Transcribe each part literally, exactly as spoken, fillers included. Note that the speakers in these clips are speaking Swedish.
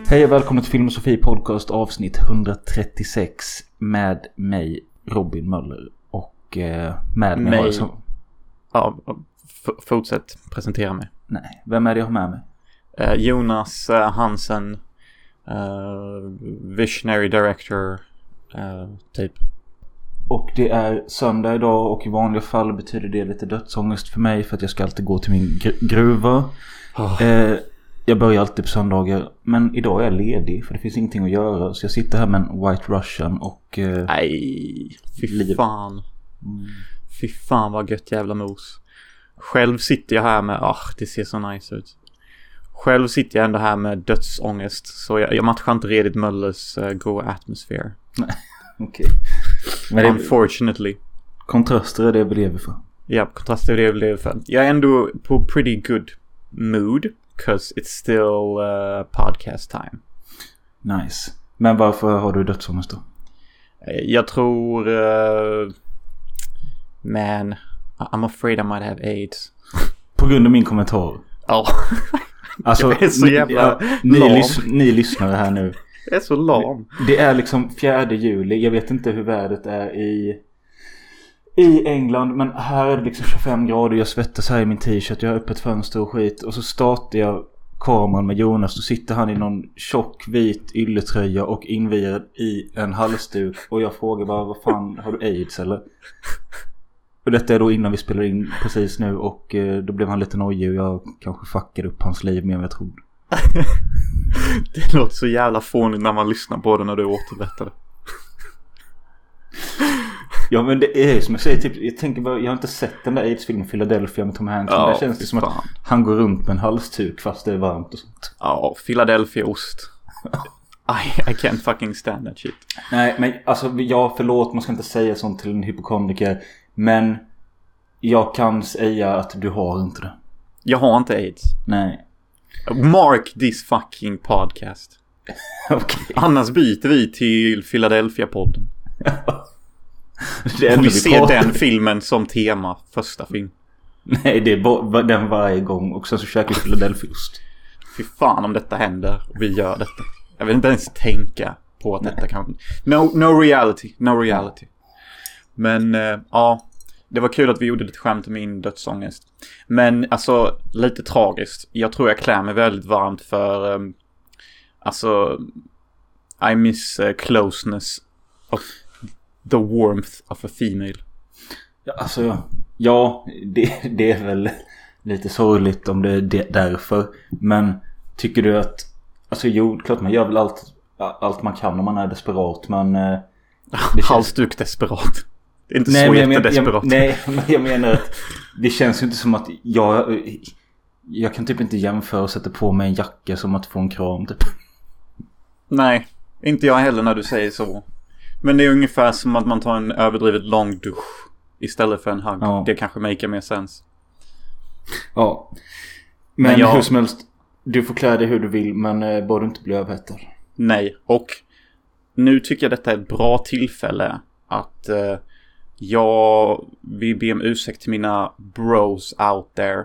Hej och välkommen till Filmosofi podcast avsnitt etthundratrettiosex med mig Robin Möller och eh, med mig, mig. Som... Ja, f- fortsätt presentera mig. Nej, vem är det jag har med mig? Uh, Jonas uh, Hansen, uh, visionary director, uh, typ. Och det är söndag idag och i vanliga fall betyder det lite dödsångest för mig för att jag ska alltid gå till min gr- gruva. Oh. Eh, jag börjar alltid på söndagar, men idag är jag ledig för det finns ingenting att göra. Så jag sitter här med en White Russian och... Eh, Nej, fy fan. Mm. Fy fan vad gött jävla mos. Själv sitter jag här med... Ah, det ser så nice ut. Själv sitter jag ändå här med dödsångest. Så jag, jag matchar inte redigt Möllers uh, Go Atmosphere. Nej, okej. Okay. Unfortunately. Kontraster är det jag lever för. Ja, kontraster är det jag lever för. Jag är ändå på pretty good mood. Because it's still uh, podcast time. Nice. Men varför har du dödsångest då? Jag tror... Uh, man, I'm afraid I might have AIDS. På grund av min kommentar? Ja. Oh. Alltså, jag är så jävla ni, ni, lys- ni lyssnar här nu. Jag är så lam. Det är liksom fjärde juli. Jag vet inte hur vädret är i... I England, men här är det liksom tjugofem grader. Jag svettas här i min t-shirt. Jag har öppet fönster och skit. Och så startar jag kameran med Jonas. Då sitter han i någon tjock vit ylletröja och invirad i en halsduk. Och jag frågar bara, vad fan, har du AIDS eller? Och detta är då innan vi spelar in precis nu. Och eh, då blev han lite nojig och jag kanske fuckade upp hans liv mer än jag trodde. Det låter så jävla fånigt när man lyssnar på det när du återberättar det. Ja, men det är som jag säger, typ, jag tänker bara, jag har inte sett den där AIDS-filmen Philadelphia med Tom Hanks. Ja, där känns det som fan. Att han går runt med en halstuk fast det är varmt och sånt. Ja, Philadelphia-ost. I, I can't fucking stand that shit. Nej, men alltså, ja, förlåt, man ska inte säga sånt till en hypokondriker. Men jag kan säga att du har inte det. Jag har inte AIDS. Nej. Mark this fucking podcast. Okay. Annars byter vi till Philadelphia-podden. Det och vi ser pratar. Den filmen som tema, första film. Nej, det är bo- den varje gång. Och sen så käkar vi Philadelphia-ost. Fy fan om detta händer och vi gör detta. Jag vill inte ens tänka på att Nej. Detta kan... No, no reality, no reality. Men uh, ja, det var kul att vi gjorde lite skämt om min dödsångest. Men alltså, lite tragiskt. Jag tror jag klär mig väldigt varmt för... Um, alltså, I miss uh, closeness of... The warmth of a female. Ja, alltså, ja, det, det är väl lite sorgligt om det är det därför. Men tycker du att, alltså jo, klart man gör väl allt, allt man kan om man är desperat, men... Det känns... Halsduk desperat. Det är inte nej, så men jättedesperat. Jag, nej, men jag menar att det känns ju inte som att jag... Jag kan typ inte jämföra och sätta på mig en jacka som att få en kram, typ. Nej, inte jag heller när du säger så. Men det är ungefär som att man tar en överdrivet lång dusch istället för en hugg. Ja. Det kanske make mer sens. Ja. Men, men jag... hur som helst, du får klä dig hur du vill, men eh, bara du inte blir överhettad. Nej, och nu tycker jag detta är ett bra tillfälle att eh, jag vill be om ursäkt till mina bros out there.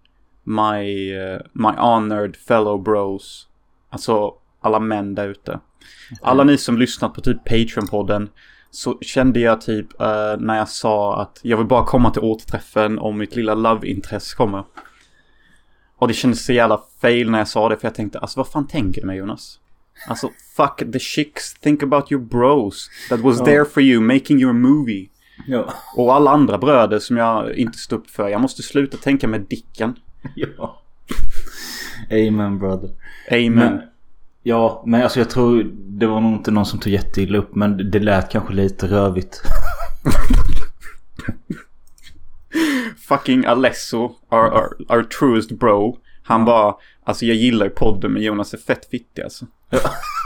My, uh, my honored fellow bros. Alltså alla män där ute. Alla ni som lyssnat på typ Patreon-podden, så kände jag typ uh, när jag sa att jag vill bara komma till återträffen om mitt lilla love-interest kommer. Och det kändes så jävla fail när jag sa det, för jag tänkte, alltså vad fan tänker du med, Jonas? Alltså, fuck the chicks, think about your bros that was ja. There for you, making your movie. Ja. Och alla andra bröder som jag inte stod upp för. Jag måste sluta tänka med dicken. Ja. Amen, brother. Amen. Men... Ja, men alltså jag tror det var nog inte någon som tog jätteilla upp, men det lät kanske lite rövigt. Fucking Alesso, our, our, our truest bro. Han ja. Bara, alltså jag gillar podden, men Jonas är fett fittig alltså. Ja.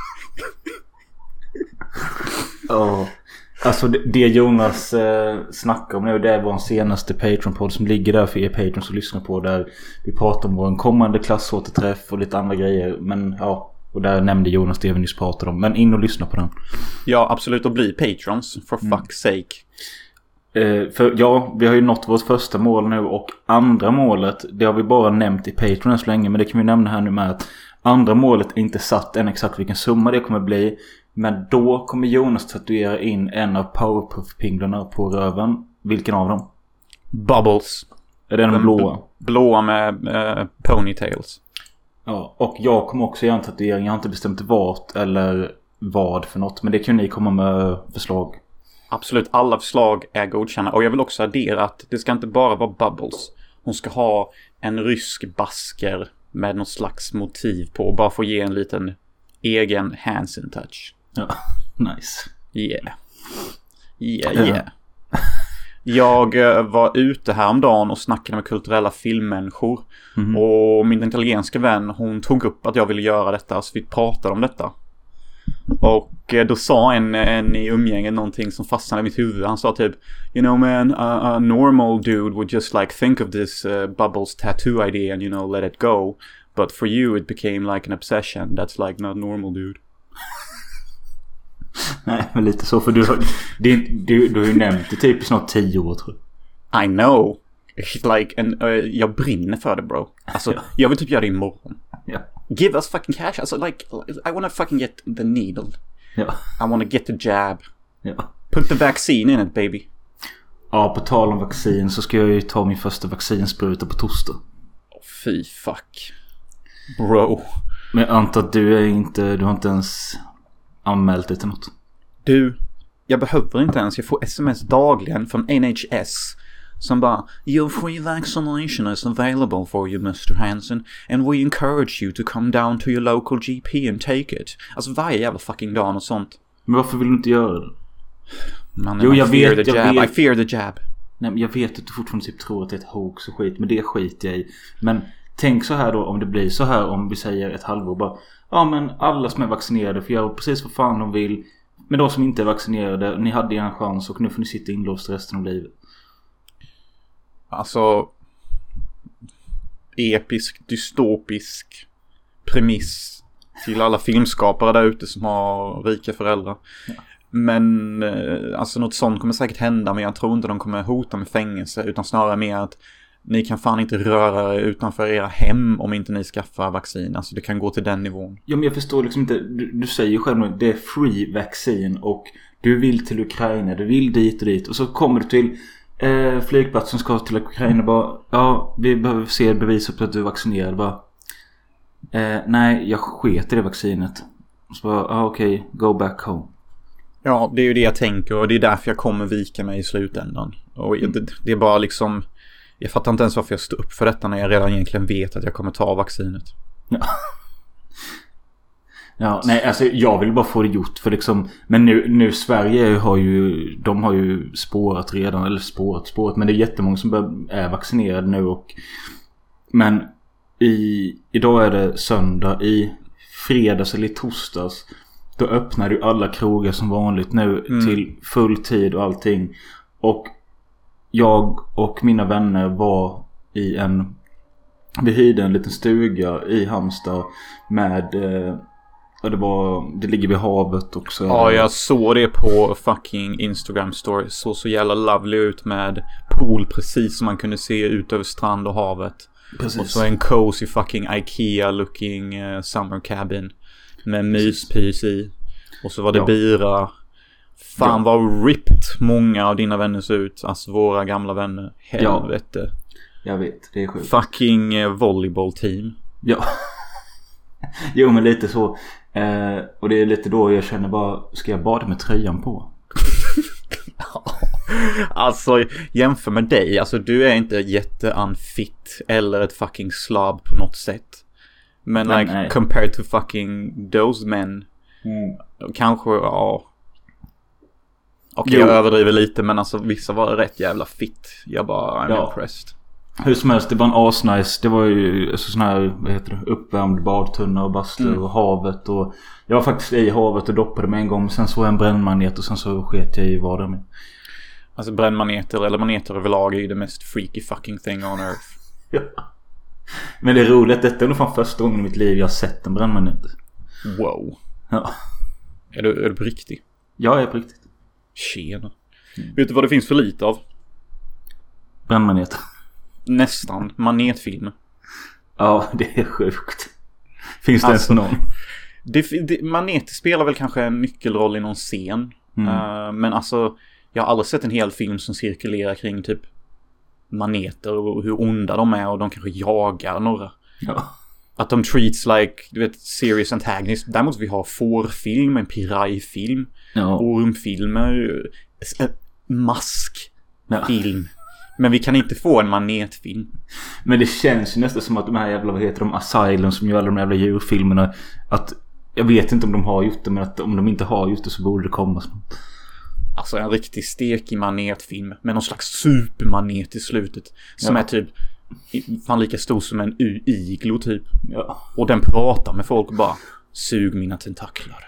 Oh. Alltså det, det Jonas eh, snackar om nu, det är vår senaste Patreon-podd som ligger där för er Patreon som lyssnar på, där vi pratar om vår kommande klassåterträff och lite andra grejer, men ja. Och där nämnde Jonas det vi nyss pratade om. Men in och lyssna på den. Ja, absolut. Och bli patrons. For mm. fuck's sake. Eh, för ja, vi har ju nått vårt första mål nu. Och andra målet, det har vi bara nämnt i Patreon så länge. Men det kan vi nämna här nu med att Andra målet är inte satt än exakt vilken summa det kommer bli. Men då kommer Jonas tatuera in en av Powerpuff-pinglarna på röven. Vilken av dem? Bubbles. Är det den, den blåa? Blåa med äh, ponytails. Ja, och jag kommer också göra en tatuering. Jag har inte bestämt vart eller vad för något. Men det kan ni komma med förslag. Absolut, alla förslag är godkända. Och jag vill också addera att det ska inte bara vara Bubbles. Hon ska ha en rysk basker med något slags motiv på. Bara få ge en liten egen hands-in touch. Ja, nice. Yeah. Yeah, yeah. Jag uh, var ute häromdagen och snackade med kulturella filmmänniskor. Mm. Och min italienska vän, hon tog upp att jag ville göra detta. Så vi pratade om detta. Och uh, då sa en, en i umgänget någonting som fastnade i mitt huvud. Han sa typ, you know man, a, a normal dude would just like think of this uh, Bubbles tattoo idea and you know let it go. But for you it became like an obsession. That's like not normal, dude. Nej, men lite så. För du, du, du, du har ju nämnt det typ i snart tio år, tror jag. I know. It's like an, uh, jag brinner för det, bro. Alltså, ja. Jag vill typ göra det imorgon. Ja. Give us fucking cash. Alltså, like, I wanna fucking get the needle. Ja. I wanna get the jab. Ja. Put the vaccine in it, baby. Ja, på tal om vaccin så ska jag ju ta min första vaccinspruta på torsdag. Oh, fy fuck. Bro. Men jag antar att du är inte, du har inte ens anmält dig till något. Du, jag behöver inte ens. Jag får sms dagligen från N H S som bara, your free vaccination is available for you, mister Hansen, and we encourage you to come down to your local G P and take it. Alltså varje jävla fucking dag och sånt. Men varför vill du inte göra det? Man, jo, jag fear vet, the jab. Vet. I fear the jab. Nej, men jag vet att du fortfarande typ tror att det är ett hoax och skit, men det skit jag i. Men tänk så här då, om det blir så här om vi säger ett halvår bara, ja men alla som är vaccinerade får göra precis vad fan de vill. Men de som inte är vaccinerade, ni hade en chans och nu får ni sitta inlåst resten av livet. Alltså, episk, dystopisk premiss till alla filmskapare där ute som har rika föräldrar. Ja. Men alltså något sånt kommer säkert hända, men jag tror inte de kommer hota med fängelse, utan snarare mer att ni kan fan inte röra er utanför era hem om inte ni skaffar vaccin. Alltså det kan gå till den nivån. Ja, men jag förstår liksom inte. Du, du säger ju själv att det är free vaccin och du vill till Ukraina, du vill dit och dit. Och så kommer du till eh, flygplatsen ska till Ukraina bara, ja, vi behöver se bevis på att du är vaccinerad. Bara, eh, nej, jag sket i det vaccinet. Och så bara, ah, okej, okay, go back home. Ja, det är ju det jag tänker och det är därför jag kommer vika mig i slutändan. Och det, det är bara liksom, jag fattar inte ens varför jag står upp för detta när jag redan egentligen vet att jag kommer ta vaccinet. Ja. Ja, nej, alltså jag vill bara få det gjort för liksom, men nu, nu Sverige har ju, de har ju spårat redan, eller spårat, spårat, men det är jättemånga som är vaccinerade nu och, men i, idag är det söndag, i fredags eller i torsdags, då öppnar ju alla krogar som vanligt nu mm. till full tid och allting. Och jag och mina vänner var i en, vi hyrde en liten stuga i Halmstad med, och det var, det ligger vid havet också. Ja, jag såg det på fucking Instagram story. Så så jävla lovely ut med pool precis som man kunde se ut över strand och havet. Precis. Och så en cozy fucking Ikea looking uh, summer cabin med myspys i. Och så var det ja. bira. Fan ja. Vad ripped många av dina vänner ser ut. Alltså våra gamla vänner. Helvete. Ja. Jag vet, det är sjukt. Fucking uh, volleyboll team. Ja. Jo, men lite så. Eh, och det är lite då jag känner bara, ska jag bada med tröjan på? Alltså, jämför med dig. Alltså, du är inte jätteunfit eller ett fucking slob på något sätt. Men, men like, nej. Compared to fucking those men. Mm. Kanske, ja. Okej, okay, jag överdriver lite, men alltså, vissa var rätt jävla fit. Jag bara, I'm ja. impressed. Hur som helst, det var en asnice. Det var ju alltså, sån här, vad heter det, uppvärmd badtunna och bastu mm. och havet. Och jag var faktiskt i havet och doppade med en gång. Sen så en brännmanet och sen så sket jag i vad med. Alltså brännmaneter eller maneter överlag är ju det mest freaky fucking thing on earth. Ja. Men det är roligt, detta är nog fan första gången i mitt liv jag har sett en brännmanet. Wow. Ja. Är du, är du på riktigt? Ja, jag är på riktigt. Tjena. Mm. Vet du vad det finns för lite av? Brännmaneter. Nästan, manetfilmer. Ja, det är sjukt. Finns det alltså, ens någon? Det, det, maneter spelar väl kanske en nyckelroll i någon scen. Mm. Uh, men alltså, jag har aldrig sett en hel film som cirkulerar kring typ maneter och hur onda de är och de kanske jagar några. Ja. Att de treats like, du vet, serious antagonist. Där måste vi ha fårfilm, en pirajfilm, ja. Ormfilmer, maskfilm. Ja. Men vi kan inte få en manetfilm. Men det känns ju nästan som att de här jävla, vad heter de, Asylum som gör alla de jävla djurfilmerna, att jag vet inte om de har gjort det, men att om de inte har gjort det så borde det komma. Alltså en riktig stek i manetfilm med någon slags supermanet i slutet som ja. är typ fan lika stor som en iglo typ. Ja. Och den pratar med folk och bara sug mina tentaklar.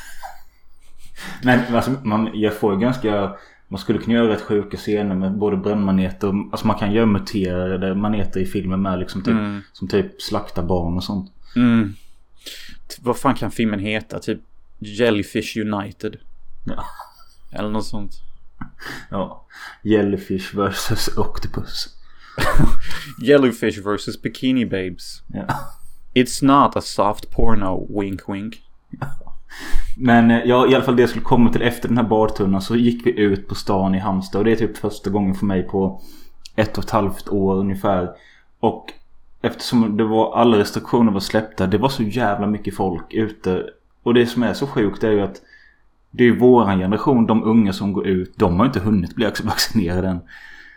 Men alltså, man, jag får ju ganska, man skulle kunna göra rätt sjuka scener med både brännmaneter, alltså man kan göra muterade maneter i filmen med liksom typ, mm. som typ slakta barn och sånt. Mm. Vad fan kan filmen heta? Typ Jellyfish United. Ja. Eller något sånt. Ja. Jellyfish versus Octopus. Jellyfish versus Bikini Babes. Ja. It's not a soft porno, wink wink. Ja. Men ja, i alla fall det jag skulle komma till efter den här bartunnan, så gick vi ut på stan i Halmstad. Och det är typ första gången för mig på ett och ett halvt år ungefär. Och eftersom det var, alla restriktioner var släppta, det var så jävla mycket folk ute. Och det som är så sjukt är ju att det är våran generation, de unga som går ut, de har inte hunnit bli vaccinerade än.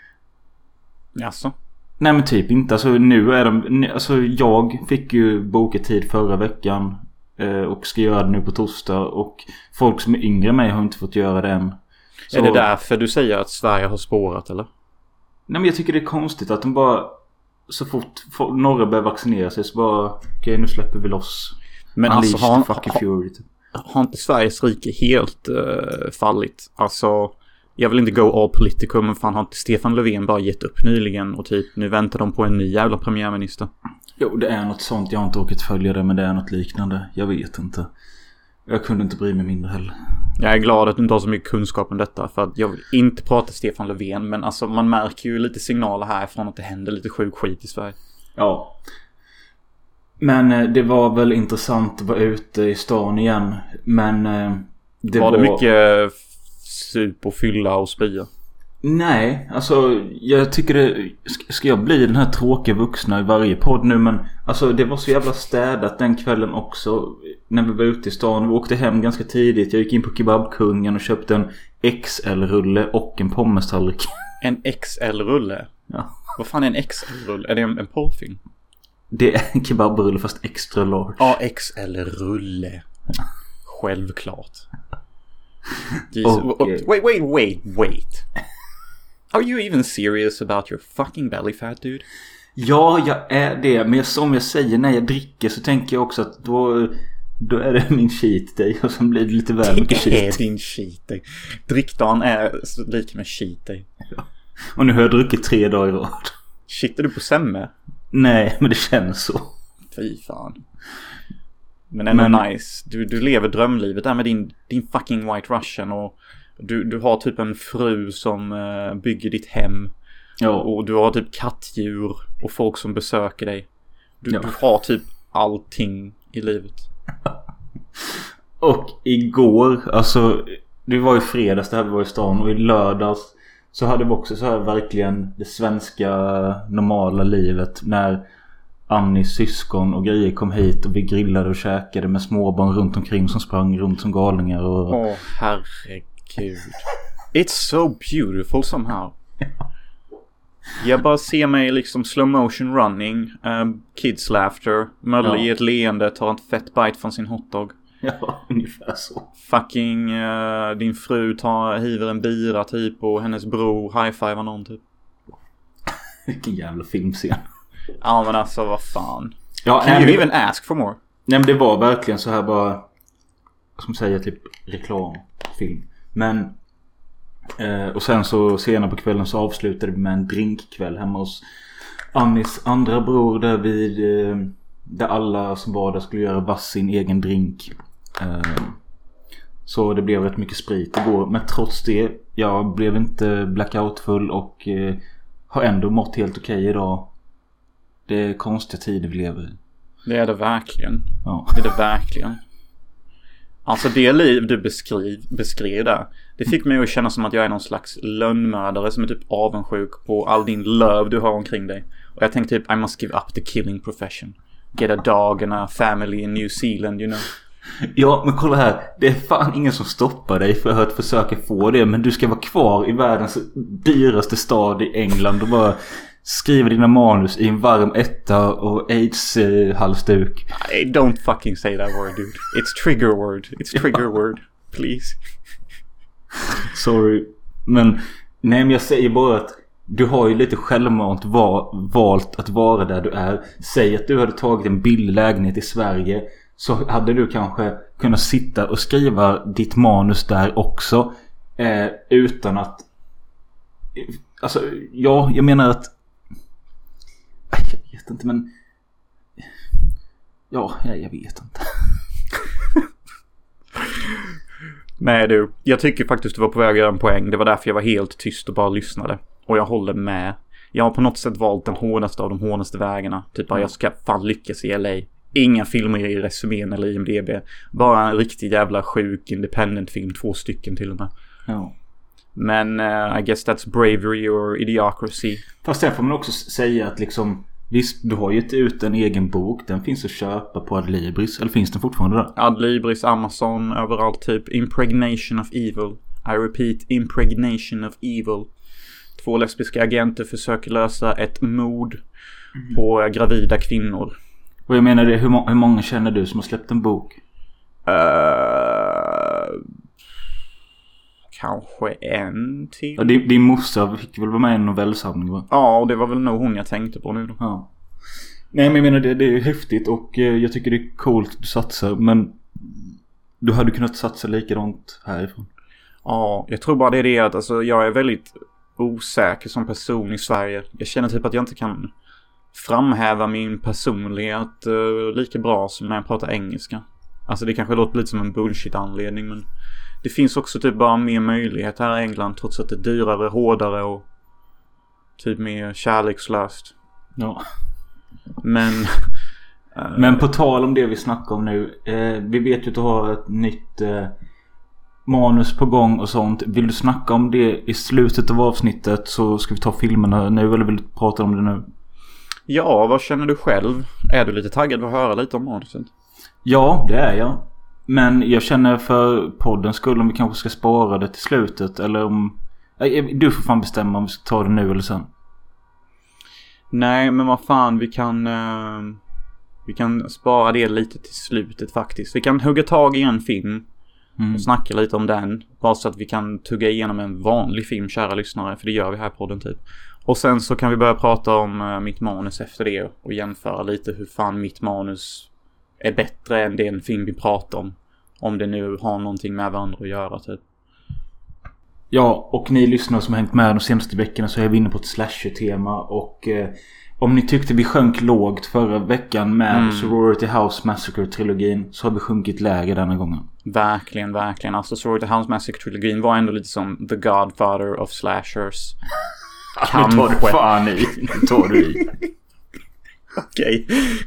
Jaså? Nej men typ inte, alltså nu är de, alltså jag fick ju boka tid förra veckan eh, och ska göra det nu på torsdag, och folk som är yngre än mig har inte fått göra det än. Så, är det därför du säger att Sverige har spårat eller? Nej men jag tycker det är konstigt att de bara, så fort några börjar vaccinera sig så bara, okej okay, nu släpper vi loss. Men alltså har, har, har inte Sveriges rike helt uh, fallit? Alltså, jag vill inte go all political, men fan har inte Stefan Löfven bara gett upp nyligen och typ nu väntar de på en ny jävla premiärminister? Jo, det är något sånt. Jag har inte åkat följa det, men det är något liknande. Jag vet inte. Jag kunde inte bry mig mindre heller. Jag är glad att du inte har så mycket kunskap om detta, för att jag vill inte prata Stefan Löfven, men alltså man märker ju lite signaler härifrån att det händer lite sjuk skit i Sverige. Ja. Men det var väl intressant att vara ute i stan igen. Men det var... Var det mycket sup och fylla och spya? Nej, alltså jag tycker det... Ska jag bli den här tråkiga vuxna i varje podd nu? Men alltså det var så jävla städat den kvällen också. När vi var ute i stan. Vi åkte hem ganska tidigt. Jag gick in på Kebabkungen och köpte en X L-rulle och en pommes-tallrik. En X L-rulle? Ja. Vad fan är en X L-rulle? Är det en, en porrfilm? Det är en kebabrulle fast extra large. Ja, X L-rulle. Självklart. Jesus. Okay. Wait, wait, wait, wait. Are you even serious about your fucking belly fat, dude? Ja, jag är det. Men som jag säger, när jag dricker så tänker jag också att då, då är det min cheat day. Och sen blir det lite väl mycket cheat. Det är din cheat day. Drickdagen är lika med cheat day. Ja. Och nu har jag druckit tre dagar i rad. Shittar du på semme? Nej, men det känns så. Fy fan. Men ändå men... nice. Du, du lever drömlivet där med din, din fucking White Russian. Och du, du har typ en fru som uh, bygger ditt hem. Ja. Och du har typ kattdjur och folk som besöker dig. Du, ja. du har typ allting i livet. Och igår, alltså det var ju fredags det här vi var i stan, och i lördags så hade vi också så här verkligen det svenska normala livet när Annis syskon och grejer kom hit och vi grillade och käkade med småbarn runt omkring som sprang runt som galningar. Och... Åh, herregud. It's so beautiful somehow. Jag bara ser mig liksom slow motion running, um, kids laughter, Mölle ja. i ett leende, tar en fett bite från sin hotdog. Ja, ungefär så. Fucking uh, din fru tar, hiver en bira typ, och hennes bror high-fivar någon typ. Vilken jävla filmscen. Ja, men alltså vad fan. Ja, Can you even ask for more? Nej, men det var verkligen så här bara, som säger typ reklamfilm. Men eh, och sen så senare på kvällen så avslutade vi med en drinkkväll hemma hos Annis andra bror, där vid eh, där alla som var där skulle göra vass sin egen drink. Eh, så det blev rätt mycket sprit igår, men trots det jag blev inte blackoutfull och eh, har ändå mått helt okej idag. Det är konstiga tider vi lever i. Det är det verkligen. Ja. Det är det verkligen. Alltså det liv du beskriv, beskrev där, det fick mig att känna som att jag är någon slags lönnmördare som är typ avundsjuk på all din love du har omkring dig. Och jag tänkte typ, I must give up the killing profession. Get a dog and a family in New Zealand, you know. Ja, men kolla här. Det är fan ingen som stoppar dig för att försöka få det. Men du ska vara kvar i världens dyraste stad i England och bara skriva dina manus i en varm etta och AIDS-halsduk. Hey, don't fucking say that word, dude. It's trigger word. It's trigger word. Please. Sorry. Men, nej, men jag säger bara att du har ju lite självmant va- valt att vara där du är. Säg att du hade tagit en billig lägenhet i Sverige, så hade du kanske kunnat sitta och skriva ditt manus där också. Eh, utan att... Alltså, ja, jag menar att... Jag vet inte, men... Ja, jag, jag vet inte. Nej du, jag tycker faktiskt du var på väg att göra en poäng. Det var därför jag var helt tyst och bara lyssnade. Och jag håller med. Jag har på något sätt valt den hårdaste av de hårdaste vägarna. Typ att jag ska fan lyckas i L A. Inga filmer i resumén eller I M D B. Bara en riktigt jävla sjuk independent film. Två stycken till och med. Ja. Men uh, I guess that's bravery or idiocracy. Fast sen får man också säga att liksom... Visst, du har ju inte ut en egen bok. Den finns att köpa på Adlibris. Eller finns den fortfarande där? Adlibris, Amazon, överallt typ. Impregnation of Evil. I repeat, Impregnation of Evil. Två lesbiska agenter försöker lösa ett mord mm. på gravida kvinnor. Och jag menar det, hur, må- hur många känner du som har släppt en bok? Uh, kanske en till. Ja, din, din morsa fick väl vara med i en novellsamling, va? Ja, och det var väl nog hon jag tänkte på nu då. Ja. Nej, men jag menar det, det är häftigt och eh, jag tycker det är coolt att du satsar. Men du hade kunnat satsa likadant härifrån. Ja, jag tror bara det är det att alltså, jag är väldigt osäker som person i Sverige. Jag känner typ att jag inte kan framhäva min personlighet uh, lika bra som när jag pratar engelska. Alltså det kanske låter lite som en bullshit-anledning, men det finns också typ bara mer möjlighet här i England trots att det är dyrare, hårdare och typ mer kärlekslöst. Ja. Men uh, Men på tal om det vi snackar om nu, eh, vi vet ju att du har ett nytt eh, manus på gång och sånt. Vill du snacka om det i slutet av avsnittet så ska vi ta filmerna nu, eller vill du prata om det nu? Ja, vad känner du själv? Är du lite taggad på att höra lite om manuset? Ja, det är jag. Men jag känner för poddens skull om vi kanske ska spara det till slutet. Eller om... Du får fan bestämma om vi ska ta det nu eller sen. Nej, men vad fan, vi kan... Uh, vi kan spara det lite till slutet faktiskt. Vi kan hugga tag i en film mm. och snacka lite om den. Bara så att vi kan tugga igenom en vanlig film, kära lyssnare. För det gör vi här på podden typ. Och sen så kan vi börja prata om uh, mitt manus efter det. Och jämföra lite hur fan mitt manus är bättre än den film vi pratar om. Om det nu har någonting med varandra att göra typ. Ja, och ni lyssnare som har hängt med de senaste veckorna så är vi inne på ett slasher-tema. Och eh, om ni tyckte vi sjönk lågt förra veckan med mm. Sorority House Massacre-trilogin så har vi sjunkit lägre denna gången. Verkligen, verkligen. Alltså Sorority House Massacre-trilogin var ändå lite som the godfather of slashers. Kanske. Nu tar du fan i. Nu tar du i. Okej.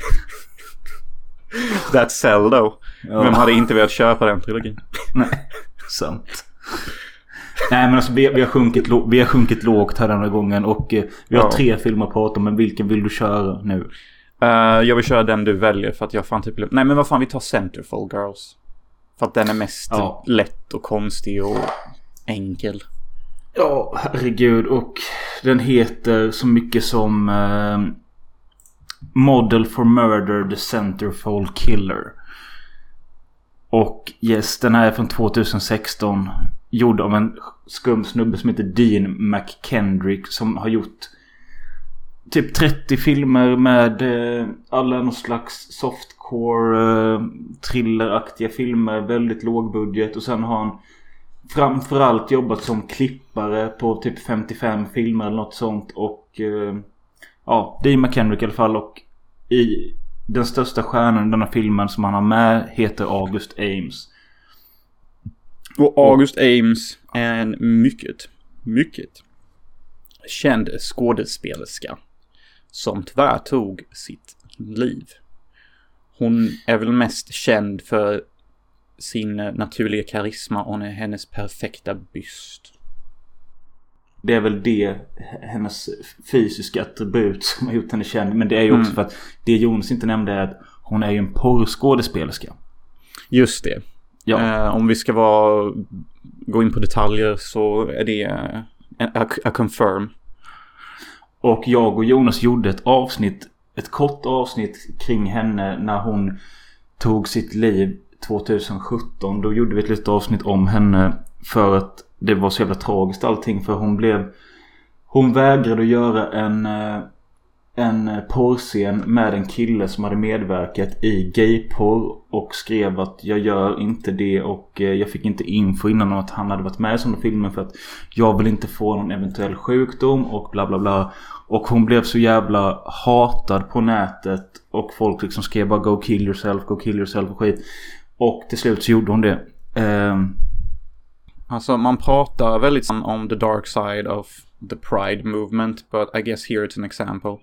That's sell though. Ja. Vem hade inte velat köpa den trilogin? Nej, sant. Nej, men alltså vi, vi, har sjunkit, vi har sjunkit lågt här den här gången. Och eh, vi har ja. tre filmer att prata om. Men vilken vill du köra nu? Uh, jag vill köra den du väljer. För att jag fan typ... Nej, men vad fan, vi tar Centerfold Girls. För att den är mest ja. lätt och konstig och enkel. Ja, herregud. Och den heter så mycket som... Uh, Model for Murder, The Centerfold Killer. Och yes, den här är från tjugohundrasexton. Gjord av en skum snubbe som heter Dean McKendrick. Som har gjort typ trettio filmer med eh, alla någon slags softcore eh, thrilleraktiga filmer. Väldigt låg budget. Och sen har han framförallt jobbat som klippare på typ femtiofem filmer eller något sånt. Och eh, ja, Dean McKendrick i alla fall. Och i den största stjärnan i denna filmen som han har med heter August Ames. Och August Ames är en mycket, mycket känd skådespelerska som tyvärr tog sitt liv. hon är väl mest känd för sin naturliga karisma och hennes perfekta byst. Det är väl det, hennes fysiska attribut som har gjort henne känd. Men det är ju också mm. för att det Jonas inte nämnde är att hon är ju en porrskådespelerska. Just det. Ja. Eh, om vi ska vara, gå in på detaljer så är det uh, a, a confirm. Och jag och Jonas gjorde ett avsnitt, ett kort avsnitt kring henne när hon tog sitt liv tjugohundrasjutton. Då gjorde vi ett litet avsnitt om henne för att det var så jävla tragiskt allting, för hon blev hon vägrade att göra en en porrscen med en kille som hade medverkat i gayporr och skrev att jag gör inte det, och jag fick inte info innan om att han hade varit med i sådana filmer för att jag vill inte få någon eventuell sjukdom och bla bla bla. Och hon blev så jävla hatad på nätet och folk liksom skrev bara go kill yourself, go kill yourself och skit. Och till slut så gjorde hon det. Um, Alltså man pratar väldigt om the dark side of the pride movement, but I guess here it's an example.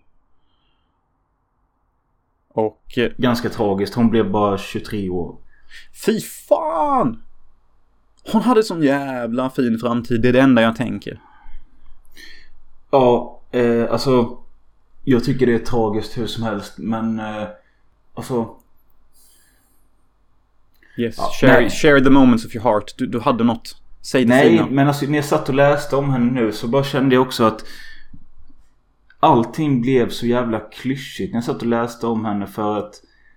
Och ganska tragiskt, hon blev bara tjugotre år. Fy fan! Hon hade sån jävla fin framtid, det är det enda jag tänker. Ja, eh, alltså jag tycker det är tragiskt hur som helst, men eh, alltså yes, ja, share, share the moments of your heart. Du, du hade något. Säg det. Nej, fina. Men alltså när jag satt och läste om henne nu så bara kände jag också att allting blev så jävla klyschigt när jag satt och läste om henne, för att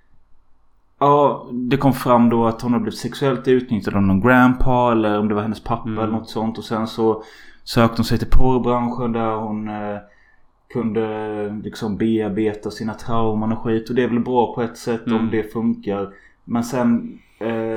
ja, det kom fram då att hon har blivit sexuellt utnyttjad av någon grandpa, eller om det var hennes pappa mm. eller något sånt, och sen så sökte hon sig till porrbranschen där hon eh, kunde liksom bearbeta sina trauman och skit, och det är väl bra på ett sätt mm. om det funkar, men sen eh,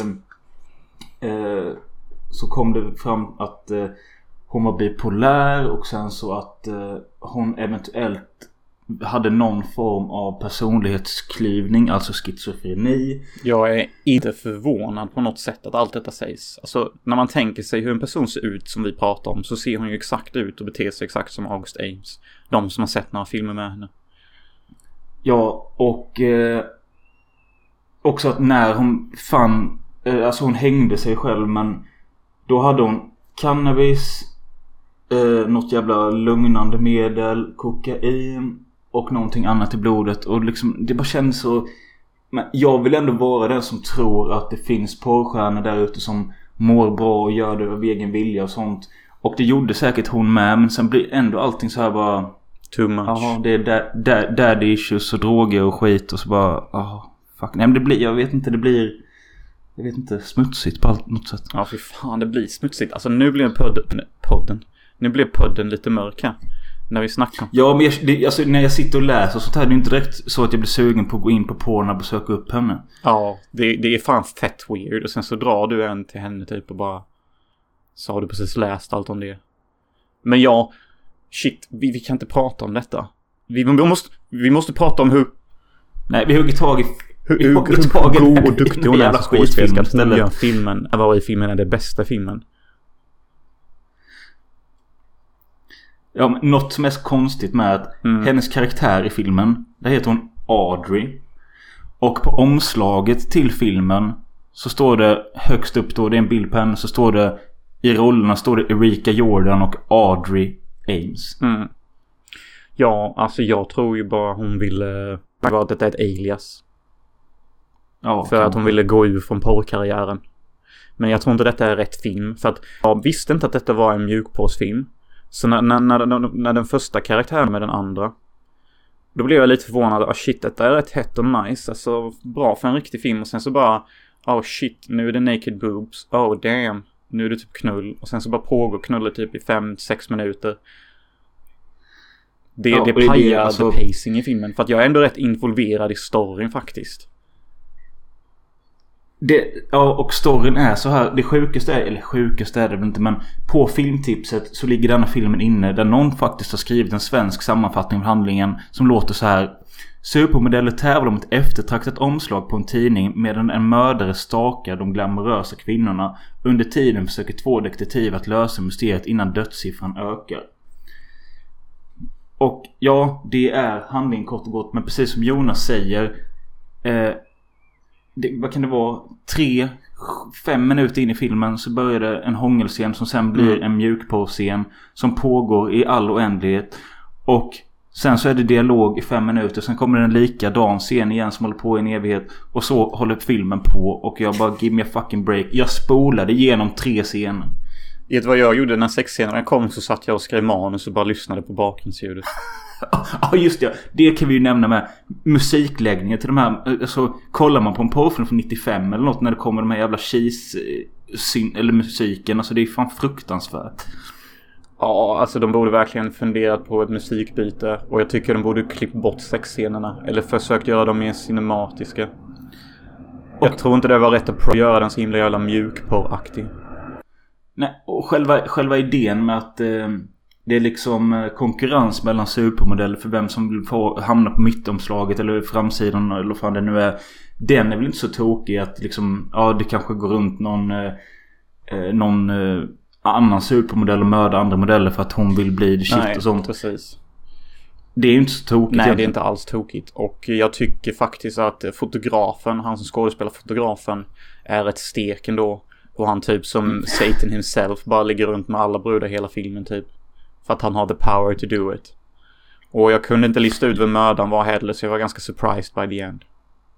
eh, så kom det fram att eh, hon var bipolär, och sen så att eh, hon eventuellt hade någon form av personlighetsklyvning, alltså schizofreni. Jag är inte förvånad på något sätt att allt detta sägs. Alltså när man tänker sig hur en person ser ut som vi pratar om, så ser hon ju exakt ut och beter sig exakt som August Ames. De som har sett några filmer med henne. Ja, och eh, också att när hon fann, eh, alltså hon hängde sig själv, men då hade hon cannabis, eh, något jävla lugnande medel, kokain och någonting annat i blodet. Och liksom, det bara känns så. Men jag vill ändå vara den som tror att det finns porrstjärnor där ute som mår bra och gör det av egen vilja och sånt. Och det gjorde säkert hon med, men sen blir ändå allting så här bara too much. Jaha, det är da- da- daddy issues och droger och skit, och så bara jaha, fuck. Nej, men det blir, jag vet inte, det blir jag vet inte, smutsigt på allt, något sätt. Ja, för fan, det blir smutsigt. Alltså nu blir podden, podden. Nu blir podden lite mörk här. När vi snackar. Ja, men jag, det, alltså, när jag sitter och läser så här, det är inte direkt så att jag blir sugen på att gå in på porn och besöka upp henne. Ja, det, det är fan fett weird. Och sen så drar du en till henne typ och bara, så har du precis läst allt om det. Men ja, shit, vi, vi kan inte prata om detta. Vi, vi, måste, vi måste prata om hur... Nej, vi hugger tag i... Hur, hur, hur god och duktig hon är skådespelerska att hon gör filmen. Var i filmen är det bästa filmen. Ja, men något som är så konstigt med att mm. hennes karaktär i filmen, där heter hon Audrey. Och på omslaget till filmen så står det högst upp då, det är en bild på henne, så står det i rollerna står det Erika Jordan och Audrey Ames. Mm. Ja, alltså jag tror ju bara hon ville vara att detta är ett alias. Ja, för att hon ville gå ur från porrkarriären. Men jag tror inte detta är rätt film. För att jag visste inte att detta var en mjukporrsfilm. Så när, när, när, när, när den första karaktären med den andra, då blev jag lite förvånad. Ah shit, detta är rätt hett och nice. Alltså bra för en riktig film. Och sen så bara, oh shit, nu är det naked boobs. Oh damn, nu är det typ knull. Och sen så bara pågår knullet typ i fem sex minuter. Det, ja, det pajar alltså the pacing i filmen. För att jag är ändå rätt involverad i storyn faktiskt. Det, ja, och storyn är så här. Det sjukaste är, eller sjukaste är det väl inte, men på filmtipset så ligger denna filmen inne där någon faktiskt har skrivit en svensk sammanfattning av handlingen som låter så här: supermodeller tävlar om ett eftertraktat omslag på en tidning medan en mördare stakar de glamorösa kvinnorna. Under tiden försöker två detektiver att lösa mysteriet innan dödssiffran ökar. Och ja, det är handling kort och gott, men precis som Jonas säger, eh, det, vad kan det vara, tre, fem minuter in i filmen så börjar det en hångelscen som sen blir mm. en mjukporrscen som pågår i all oändlighet. Och sen så är det dialog i fem minuter. Sen kommer det en likadan scen igen som håller på i en evighet. Och så håller filmen på. Och jag bara, give me a fucking break. Jag spolade igenom tre scener. Vet du vad jag gjorde när sexscenerna kom? Så satt jag och skrev manus och bara lyssnade på bakgrundsljudet. Ja just det, det kan vi ju nämna med musikläggningen till de här. Alltså kollar man på en porrfilm från nittiofem eller något när det kommer de här jävla cheese eller musiken, alltså det är fan fruktansvärt. Ja, alltså de borde verkligen funderat på ett musikbyte. Och jag tycker de borde klippa bort sexscenerna. Eller försökt göra dem mer cinematiska. Och jag tror inte det var rätt att göra den så himla jävla mjukporraktig. Nej, och själva, själva idén med att eh, det är liksom konkurrens mellan supermodeller för vem som vill få hamna på mittomslaget eller framsidan eller vad fan det nu är. Den är väl inte så tokig att liksom, ja det kanske går runt någon eh, någon eh, annan supermodell och mörda andra modeller för att hon vill bli shit. Nej, och sånt. Precis. Det är ju inte så tokigt. Nej, det är inte alls tokigt. Och jag tycker faktiskt att fotografen, han som skådespelar fotografen, är ett stek ändå. Och han typ som Satan himself bara ligger runt med alla brudar hela filmen typ. För att han har the power to do it. Och jag kunde inte lista ut vem mördaren var heller, så jag var ganska surprised by the end.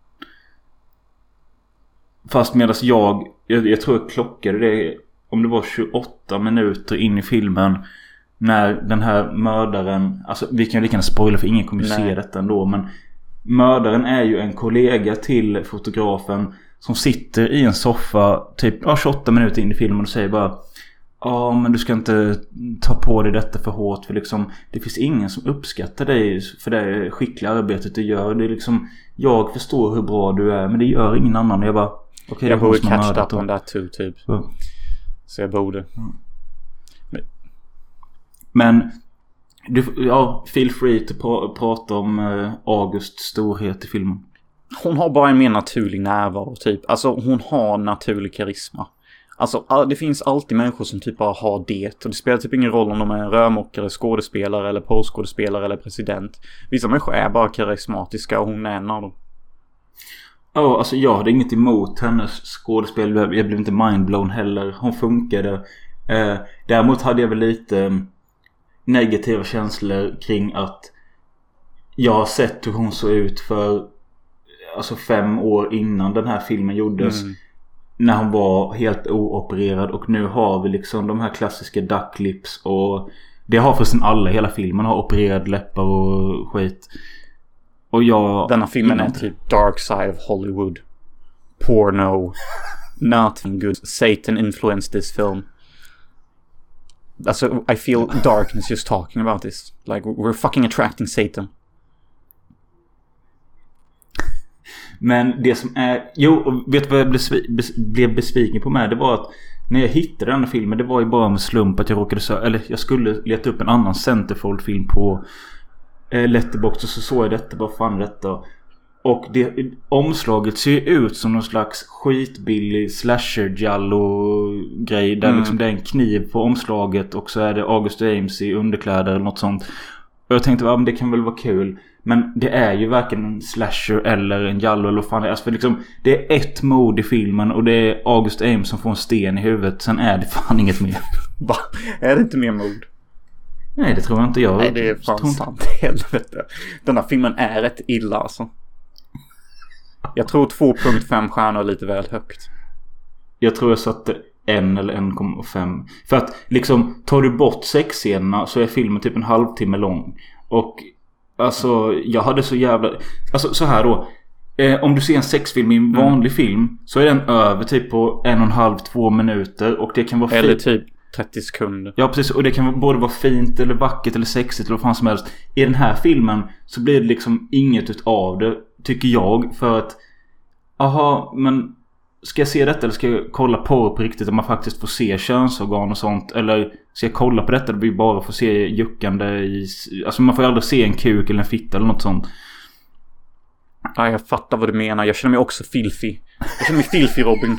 Fast medan jag, jag, jag tror jag klockade det, om det var tjugoåtta minuter in i filmen när den här mördaren, alltså vi kan ju lika gärna spoila för ingen kommer ju se detta ändå, men mördaren är ju en kollega till fotografen som sitter i en soffa typ ja, tjugoåtta minuter in i filmen och säger bara ja men du ska inte ta på dig detta för hårt, för liksom det finns ingen som uppskattar dig för det skickliga arbetet du gör. Det är liksom, jag förstår hur bra du är men det gör ingen annan. Jag bara okay, jag borde catch up on that too typ. Ja. Så jag borde. Mm. Men, men du, ja, feel free att pra- prata om uh, Augusts storhet i filmen. Hon har bara en mer naturlig närvaro typ. Alltså hon har naturlig karisma. Alltså det finns alltid människor som typ bara har det. Och det spelar typ ingen roll om de är en rörmokare, skådespelare eller porrskådespelare eller president. Vissa människor är bara karismatiska och hon är en av dem. Ja, oh, alltså jag hade inget emot hennes skådespel. Jag blev inte mindblown heller. Hon funkade. Eh, däremot hade jag väl lite negativa känslor kring att jag har sett hur hon såg ut för alltså fem år innan den här filmen gjordes. Mm. När hon var helt oopererad. Och nu har vi liksom de här klassiska duck lips. Och det har förresten alla, hela filmen har opererade läppar och skit. Och jag... Denna filmen är typ Dark Side of Hollywood. Porno. Nothing good. Satan influenced this film. Alltså, I feel darkness just talking about this. Like, we're fucking attracting Satan. Men det som är... Jo, och vet du vad jag blev, bes, blev besviken på med? Det var att när jag hittade den här filmen, det var ju bara med slump att jag råkade så, eller jag skulle leta upp en annan Centerfold-film på eh, Letterboxd och så såg jag detta, vad fan detta. Och det, omslaget ser ut som någon slags skitbillig slasher-jallo-grej där mm. liksom det är en kniv på omslaget och så är det August Ames i underkläder eller något sånt. Och jag tänkte, ja, men det kan väl vara kul. Men det är ju varken en slasher eller en jallo eller vad fan det är. Alltså för liksom, det är ett mod i filmen och det är August Ames som får en sten i huvudet. Sen är det fan inget mer. Va? Är det inte mer mod? Nej, det tror jag inte jag. Nej, det är fan sant. Helvete. Den här filmen är rätt illa alltså. Jag tror två komma fem stjärnor är lite väl högt. Jag tror jag satte en eller en komma fem. För att liksom, tar du bort sexscenerna så är filmen typ en halvtimme lång. Och alltså, jag hade så jävla... Alltså, så här då. Eh, om du ser en sexfilm i en vanlig mm. film så är den över typ på en och en halv, två minuter. Och det kan vara eller fint. Typ trettio sekunder. Ja, precis. Och det kan både vara fint eller vackert eller sexigt eller vad fan som helst. I den här filmen så blir det liksom inget utav det, tycker jag. För att, aha, men... Ska jag se detta eller ska jag kolla på på riktigt om man faktiskt får se könsorgan och sånt? Eller ska jag kolla på detta där vi bara får se juckande i... Alltså man får ju aldrig se en kuk eller en fitta eller något sånt. Ja, jag fattar vad du menar. Jag känner mig också filthy. Jag känner mig filthy, Robin.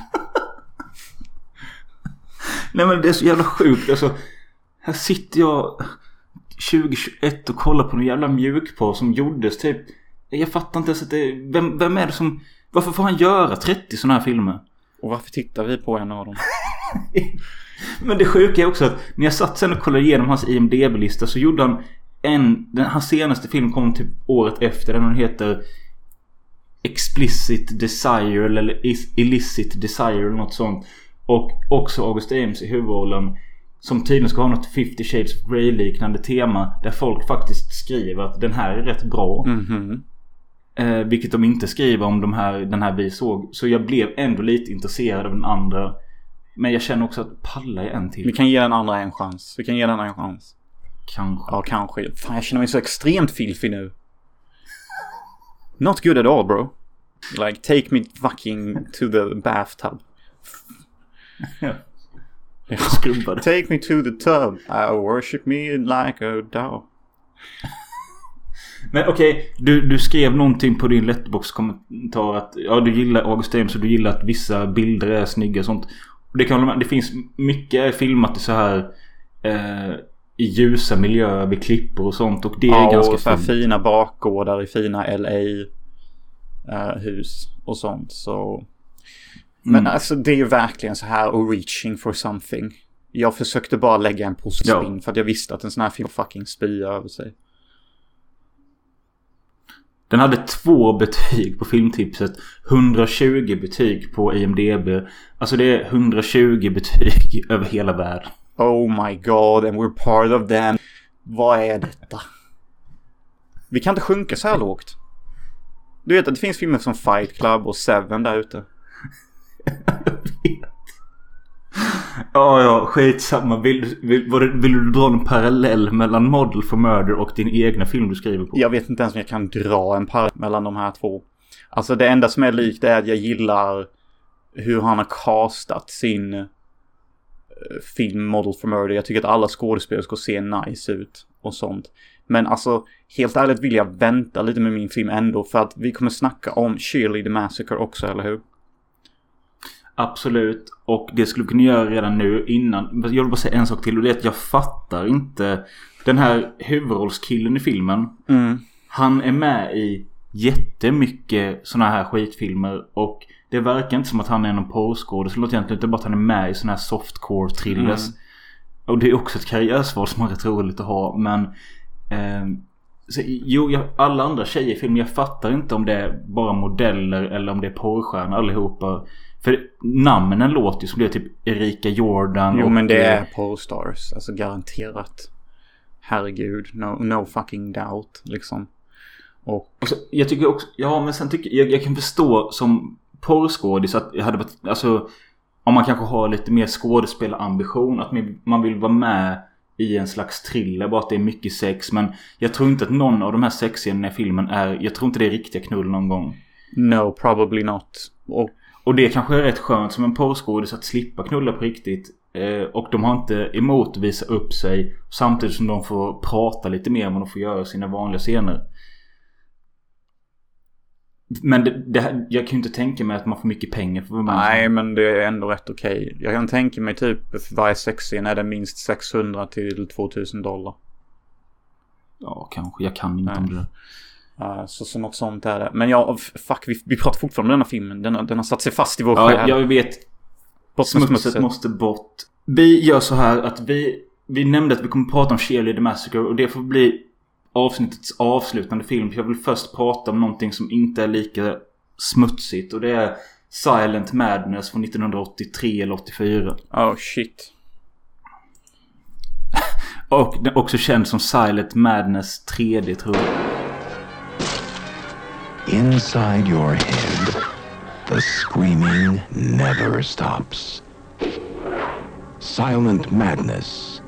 Nej, men det är så jävla sjukt. Alltså, här sitter jag tjugo tjugoett och kollar på en jävla mjukporr som gjordes typ Jag fattar inte ens att det... Vem, vem är det som... Varför får han göra trettio sådana här filmer? Och varför tittar vi på en av dem? Men det sjuka är också att när jag satt sen och kollade igenom hans I M D B-lista så gjorde han en... Den, hans senaste film kom typ året efter. Den heter Explicit Desire eller Illicit Desire eller något sånt. Och också August Ames i huvudrollen, som tydligen ska ha något Fifty Shades of Grey-liknande tema, där folk faktiskt skriver att den här är rätt bra. Mm-hmm. Eh, vilket de inte skriver om de här, den här vi såg. Så jag blev ändå lite intresserad av den andra. Men jag känner också att palla är en till. Vi kan ge den andra en chans. Vi kan ge den en chans. Kanske. Ja, kanske. Fan, jag känner mig så extremt filthy nu. Not good at all, bro. Like, take me fucking to the bathtub. Ja. Jag skrubbade. Take me to the tub. I worship me like a dog. Men okej, okay, du, du skrev någonting på din Letterboxd-kommentar att ja, du gillar August Ames och du gillar att vissa bilder är snygga och sånt. Det, kan, det finns mycket filmat i så här eh, i ljusa miljöer vid klippor och sånt, och det är ja, ganska och så här fint. Fina bakgårdar i fina L A eh, hus och sånt, så... Men mm. alltså det är ju verkligen så här och reaching for something. Jag försökte bara lägga en positiv spin ja. För att jag visste att en sån här film fucking spyr över sig. Den hade två betyg på filmtipset, hundratjugo betyg på I M D B. Alltså det är hundratjugo betyg över hela världen. Oh my god, and we're part of them. Vad är detta? Vi kan inte sjunka så här lågt. Du vet att det finns filmer som Fight Club och Seven där ute. Ja, ja, skitsamma. Vill, vill, vill, vill du dra en parallell mellan Model for Murder och din egna film du skriver på? Jag vet inte ens om jag kan dra en parallell mellan de här två. Alltså det enda som är likt är att jag gillar hur han har castat sin uh, film Model for Murder. Jag tycker att alla skådespelare ska se nice ut och sånt. Men alltså, helt ärligt vill jag vänta lite med min film ändå, för att vi kommer snacka om Shirley the Massacre också, eller hur? Absolut, och det skulle vi kunna göra redan nu innan. Jag vill bara säga en sak till, och det är att jag fattar inte den här huvudrollskillen i filmen. Mm. Han är med i jättemycket såna här skitfilmer, och det verkar inte som att han är någon porrskådespelare. Det låter egentligen inte bara att han är med i såna här softcore thrillers. Mm. Och det är också ett karriärsval som är rätt roligt att ha, men eh, så, jo, jag, alla andra tjejer i filmen, jag fattar inte om det är bara modeller eller om det är porrstjärnor allihopa. För namnen låter ju som det är typ Erika Jordan. Jo, och, men det är porrstars. Alltså garanterat. Herregud. No, no fucking doubt. Liksom. Och, och så, jag tycker också... Ja, men sen tycker jag... Jag kan förstå som porrskådis att jag hade varit... Alltså, om man kanske har lite mer skådespelarambition. Att man vill vara med i en slags thriller. Bara att det är mycket sex. Men jag tror inte att någon av de här sexscenerna i filmen är... Jag tror inte det är riktiga knull någon gång. No, probably not. Och Och det kanske är rätt skönt som en porrskådis att slippa knulla på riktigt. Eh, och de har inte emot att visa upp sig, samtidigt som de får prata lite mer än vad de får göra sina vanliga scener. Men det, det, jag kan ju inte tänka mig att man får mycket pengar för vad man... Nej, men det är ändå rätt okej. Okay. Jag kan tänka mig typ för varje sexscen är det minst sexhundra till tvåtusen dollar. Ja, kanske. Jag kan inte Nej. om det. Uh, så, så något sånt är det. Men ja, fuck, vi, vi pratar fortfarande om denna filmen. Den, den har satt sig fast i vår ja, själ. Jag vet. Bort smutset måste bort. Vi gör så här att vi, vi nämnde att vi kommer prata om Shirley the Massacre, och det får bli avsnittets avslutande film. För jag vill först prata om någonting som inte är lika smutsigt, och det är Silent Madness från nittonhundraåttiotre eller åttiofyra. Oh shit. Och den också känd som Silent Madness tre D, tror jag. Inside your head, the screaming never stops. Silent Madness.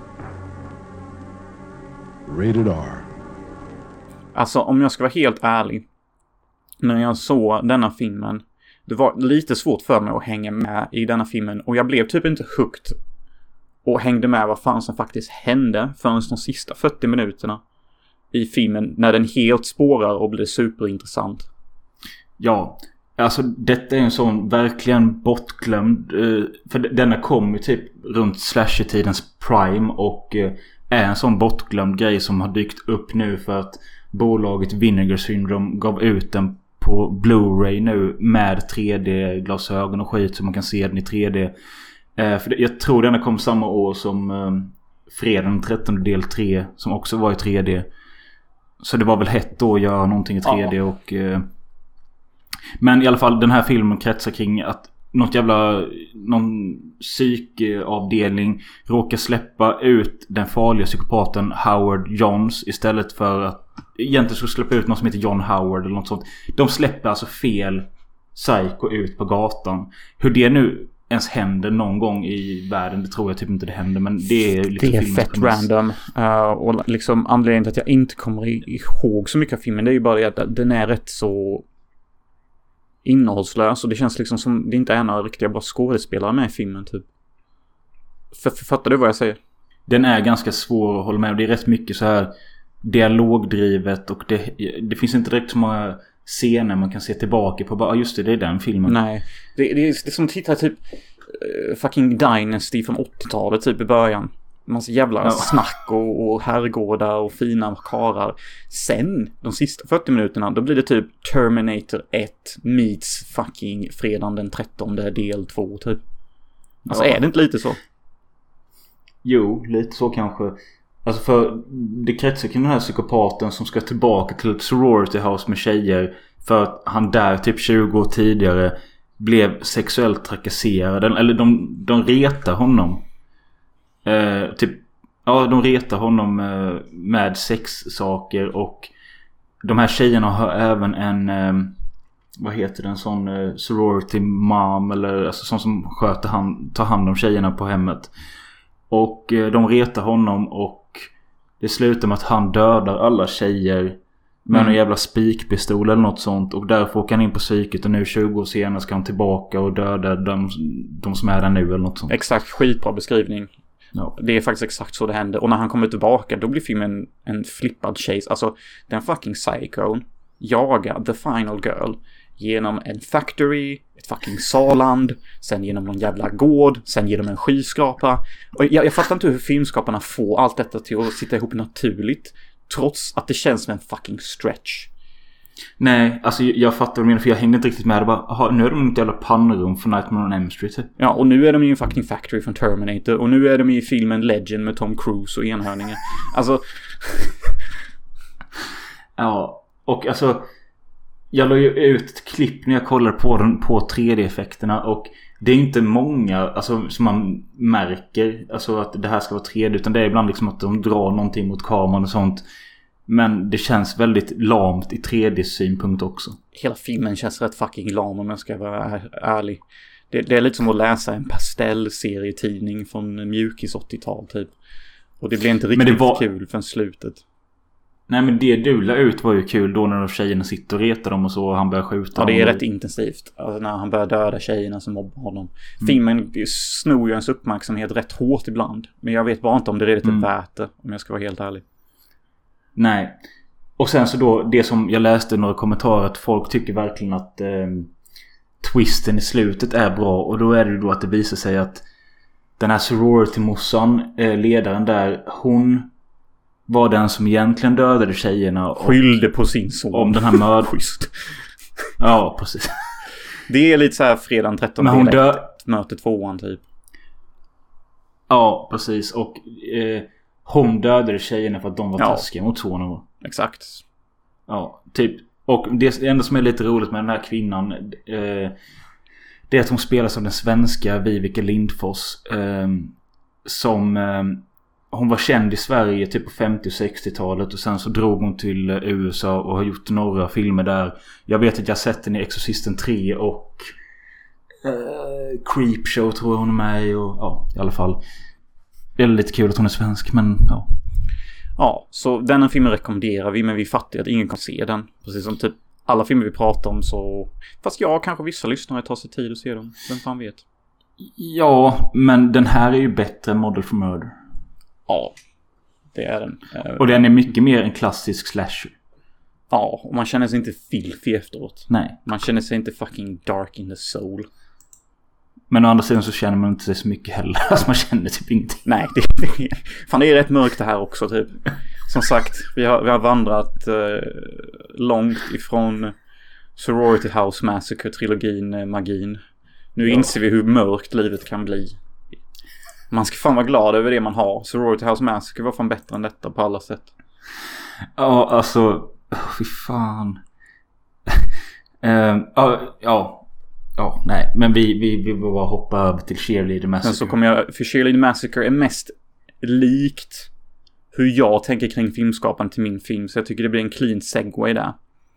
Rated R. Alltså, om jag ska vara helt ärlig, när jag såg denna filmen, det var lite svårt för mig att hänga med i denna filmen, och jag blev typ inte hooked och hängde med vad fan som faktiskt hände förrän de sista fyrtio minuterna i filmen, när den helt spårar och blir superintressant. Ja, alltså detta är en sån verkligen bortglömd, för denna kom ju typ runt slasher-tidens prime, och är en sån bortglömd grej som har dykt upp nu för att bolaget Vinegar Syndrome gav ut den på Blu-ray nu med tre D-glasögon och skit så man kan se den i tre D. Eh, för det, jag tror den kom samma år som eh, Fredag den trettonde del tre som också var i tre D. Så det var väl hett då att göra någonting i tre D. Ja. Och, eh, men i alla fall den här filmen kretsar kring att något jävla någon psykavdelning råkar släppa ut den farliga psykopaten Howard Johns istället för att egentligen skulle släppa ut någon som heter John Howard eller något sånt. De släpper alltså fel psycho ut på gatan. Hur det nu ens händer någon gång i världen, det tror jag typ inte det händer, men det är liksom det är fett random. Uh, och liksom anledningen till att jag inte kommer ihåg så mycket av filmen, det är ju bara det att den är rätt så innehållslös och det känns liksom som det inte är några riktiga bra skådespelare med i filmen typ. För, för, fattar du vad jag säger? Den är ganska svår att hålla med. Det är rätt mycket så här dialogdrivet och det, det finns inte direkt så många scener man kan se tillbaka på. Bara, just det, det är den filmen. Nej, det, det, är, det är som att titta typ uh, fucking Dynasty från åttiotalet typ i början. Massa jävla ja. snack och, och herrgårdar och fina karar. Sen, de sista fyrtio minuterna, då blir det typ Terminator ett meets fucking Fredagen den trettonde del två typ. Alltså ja. Är det inte lite så? Jo, lite så kanske. Alltså för det kretsar kring den här psykopaten som ska tillbaka till ett sorority house med tjejer för att han där typ tjugo år tidigare blev sexuellt trakasserad. Eller de, de retar honom. Eh, typ, ja, de retar honom eh, med sexsaker och de här tjejerna har även en eh, vad heter det, en sån eh, sorority mom eller alltså sån som sköter hand, tar hand om tjejerna på hemmet. Och eh, de retar honom och det slutar med att han dödar alla tjejer med mm. en jävla spikpistol eller något sånt. Och därför åker han in på psyket och nu tjugo år senare ska han tillbaka och döda de, de som är där nu eller något sånt. Exakt, skitbra beskrivning. Ja. Det är faktiskt exakt så det händer. Och när han kommer tillbaka då blir filmen en flippad chase. Alltså den fucking psychon jagar the final girl genom en factory, ett fucking saland, sen genom någon jävla gård, sen genom en skyskrapa. Och jag, jag fattar inte hur filmskaparna får allt detta till att sitta ihop naturligt trots att det känns som en fucking stretch. Nej, alltså jag fattar vad du menar, för jag hängde inte riktigt med det. Bara, aha, nu är de inte jävla pannrum för Nightmare on Elm Street typ. Ja, och nu är de i en fucking factory från Terminator. Och nu är de i filmen Legend med Tom Cruise och enhörningen. Alltså ja, och alltså jag la ju ut ett klipp när jag kollade på den på tre D-effekterna och det är inte många alltså, som man märker alltså att det här ska vara tre D, utan det är ibland liksom att de drar någonting mot kameran och sånt. Men det känns väldigt lamt i tre D-synpunkt också. Hela filmen känns rätt fucking lam om jag ska vara ärlig. Det, det är lite som att läsa en pastellserietidning från mjukis åttiotal typ. Och det blir inte riktigt men det var... kul för slutet. Nej, men det du la ut var ju kul då när de tjejerna sitter och retar dem och så och han börjar skjuta. Ja, det är och... rätt intensivt. Alltså när han börjar döda tjejerna som mobbar honom. Mm. Filmen snor ju ens uppmärksamhet rätt hårt ibland. Men jag vet bara inte om det är riktigt mm. värt det, om jag ska vara helt ärlig. Nej. Och sen så då, det som jag läste i några kommentarer, att folk tycker verkligen att eh, twisten i slutet är bra. Och då är det ju då att det visar sig att den här sorority-mossan, eh, ledaren där, hon var den som egentligen dödade tjejerna. Och skyllde på sin son. Om den här mörd... Schysst. Ja, precis. Det är lite så här fredagen trettonde men hon dö... möte tvåan typ. Ja, precis. Och eh, hon dödade tjejerna för att de var ja. taskiga mot sonen. Exakt. Ja, typ. Och det enda som är lite roligt med den här kvinnan eh, det är att hon spelas av den svenska Vivica Lindfors eh, som eh, hon var känd i Sverige typ på femtio- och sextiotalet och sen så drog hon till U S A och har gjort några filmer där. Jag vet att jag har sett den i Exorcisten tre och eh, Creepshow tror jag hon är med i och ja, i alla fall. Det är lite kul att hon är svensk, men ja. Ja, så den här filmen rekommenderar vi, men vi fattar att ingen kan se den. Precis som typ alla filmer vi pratar om så... Fast jag kanske vissa lyssnare tar sig tid att se dem. Vem fan vet? Ja, men den här är ju bättre än Model for Murder. Ja, det är den. Och den är mycket mer en klassisk slasher. Ja, och man känner sig inte filthy efteråt. Nej. Man känner sig inte fucking dark in the soul. Men å andra sidan så känner man inte sig så mycket heller. Alltså man känner typ ingenting. Nej, det, det, fan, det är rätt mörkt det här också typ. Som sagt, vi har, vi har vandrat eh, långt ifrån Sorority House Massacre-trilogin, eh, magin. Nu ja. Inser vi hur mörkt livet kan bli. Man ska fan vara glad över det man har. Sorority House Massacre var fan bättre än detta på alla sätt. Ja, alltså, oh, fy fan. uh, ja, ja. Ja, nej, men vi, vi, vi bara hoppa över till Cheerleader Massacre. Sen så kommer jag, för Cheerleader Massacre är mest likt hur jag tänker kring filmskaparen till min film. Så jag tycker det blir en clean segway där.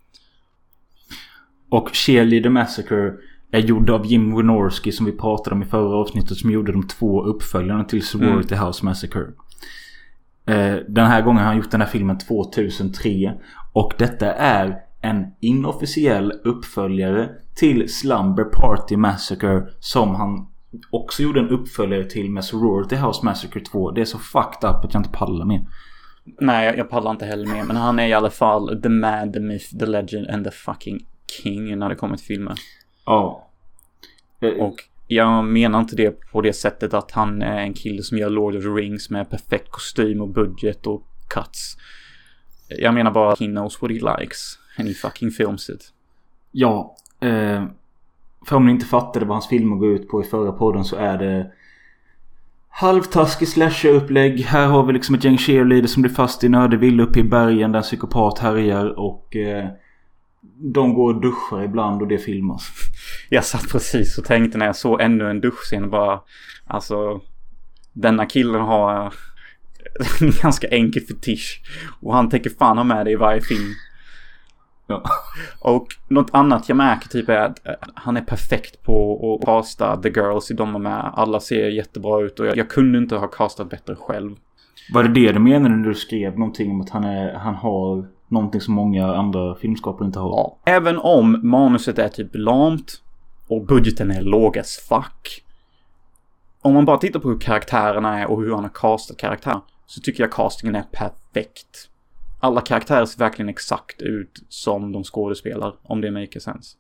Och Cheerleader Massacre är gjord av Jim Wynorski, som vi pratade om i förra avsnittet, som gjorde de två uppföljarna till Sorority mm. House Massacre. Eh, den här gången har han gjort den här filmen tjugohundratre. Och detta är en inofficiell uppföljare till Slumber Party Massacre, som han också gjorde en uppföljare till med Sorority House Massacre två. Det är så fucked up att jag inte pallar mer. Nej, jag, jag pallar inte heller mer. Men han är i alla fall the man, the myth, the legend and the fucking king när det kommer till filmer. Ja. Och jag menar inte det på det sättet att han är en kille som gör Lord of the Rings med perfekt kostym och budget och cuts. Jag menar bara att he knows what he likes and he fucking films it. Ja, eh, för om ni inte fattade vad hans filmer går ut på i förra podden, så är det halvtaskig slasher-upplägg. Här har vi liksom ett gäng cheerleaders som blir fast i en ödevill uppe i bergen där en psykopat härjar, och eh, de går och duschar ibland och det filmas. Jag satt precis och tänkte när jag såg ännu en duschscen bara, alltså denna killen har en ganska enkel fetisch och han tänker fan ha med det i varje film. Ja. Och något annat jag märker typ är att han är perfekt på att casta The Girls i de med. Alla ser jättebra ut och jag, jag kunde inte ha castat bättre själv. Var det det du menade när du skrev någonting om att han, är, han har någonting som många andra filmskapare inte har? Ja. Även om manuset är typ lamt och budgeten är låg as fuck. Om man bara tittar på hur karaktärerna är och hur han har castat karaktär, så tycker jag castingen är perfekt. Alla karaktärer ser verkligen exakt ut som de skådespelar, om det maker sense.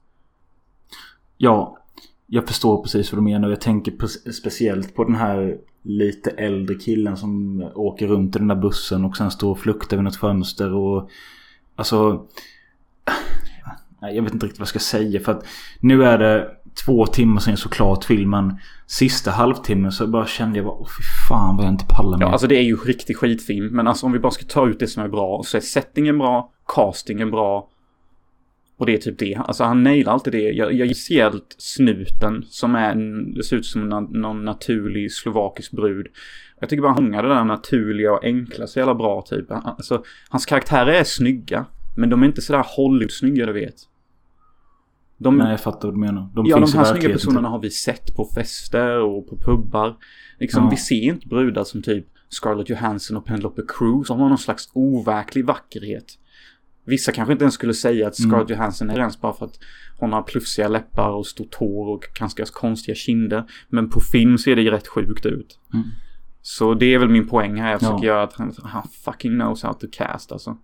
Ja, jag förstår precis vad du menar. Jag tänker på, speciellt på den här lite äldre killen som åker runt i den där bussen och sen står och fluktar vid något fönster. Och alltså, jag vet inte riktigt vad jag ska säga, för att nu är det två timmar sedan såklart filmen. Sista halvtimmen så bara kände jag bara, åh fy fan vad jag inte pallar med. Ja, alltså det är ju riktigt skitfilm. Men alltså om vi bara ska ta ut det som är bra, så är settingen bra, castingen bra. Och det är typ det. Alltså han nailar alltid det. Jag, jag gissar helt snuten som är en, det ser ut som en, någon naturlig slovakisk brud. Jag tycker bara han hångar det där naturliga och enkla så jävla bra typ. Alltså hans karaktärer är snygga, men de är inte sådär Hollywood-snygga, du vet. De, Nej, jag fattar vad du menar. De ja, finns de här i snygga personerna inte. har vi sett på fester och på pubbar. Liksom, ja. Vi ser inte brudar som typ Scarlett Johansson och Penelope Cruz som har någon slags overklig vackerhet. Vissa kanske inte ens skulle säga att Scarlett mm. Johansson är ens bara för att hon har plufsiga läppar och stort hår och ganska konstiga kinder. Men på film ser det ju rätt sjukt ut. Mm. Så det är väl min poäng här. Jag försöker ja. göra att han, han fucking knows how to cast alltså.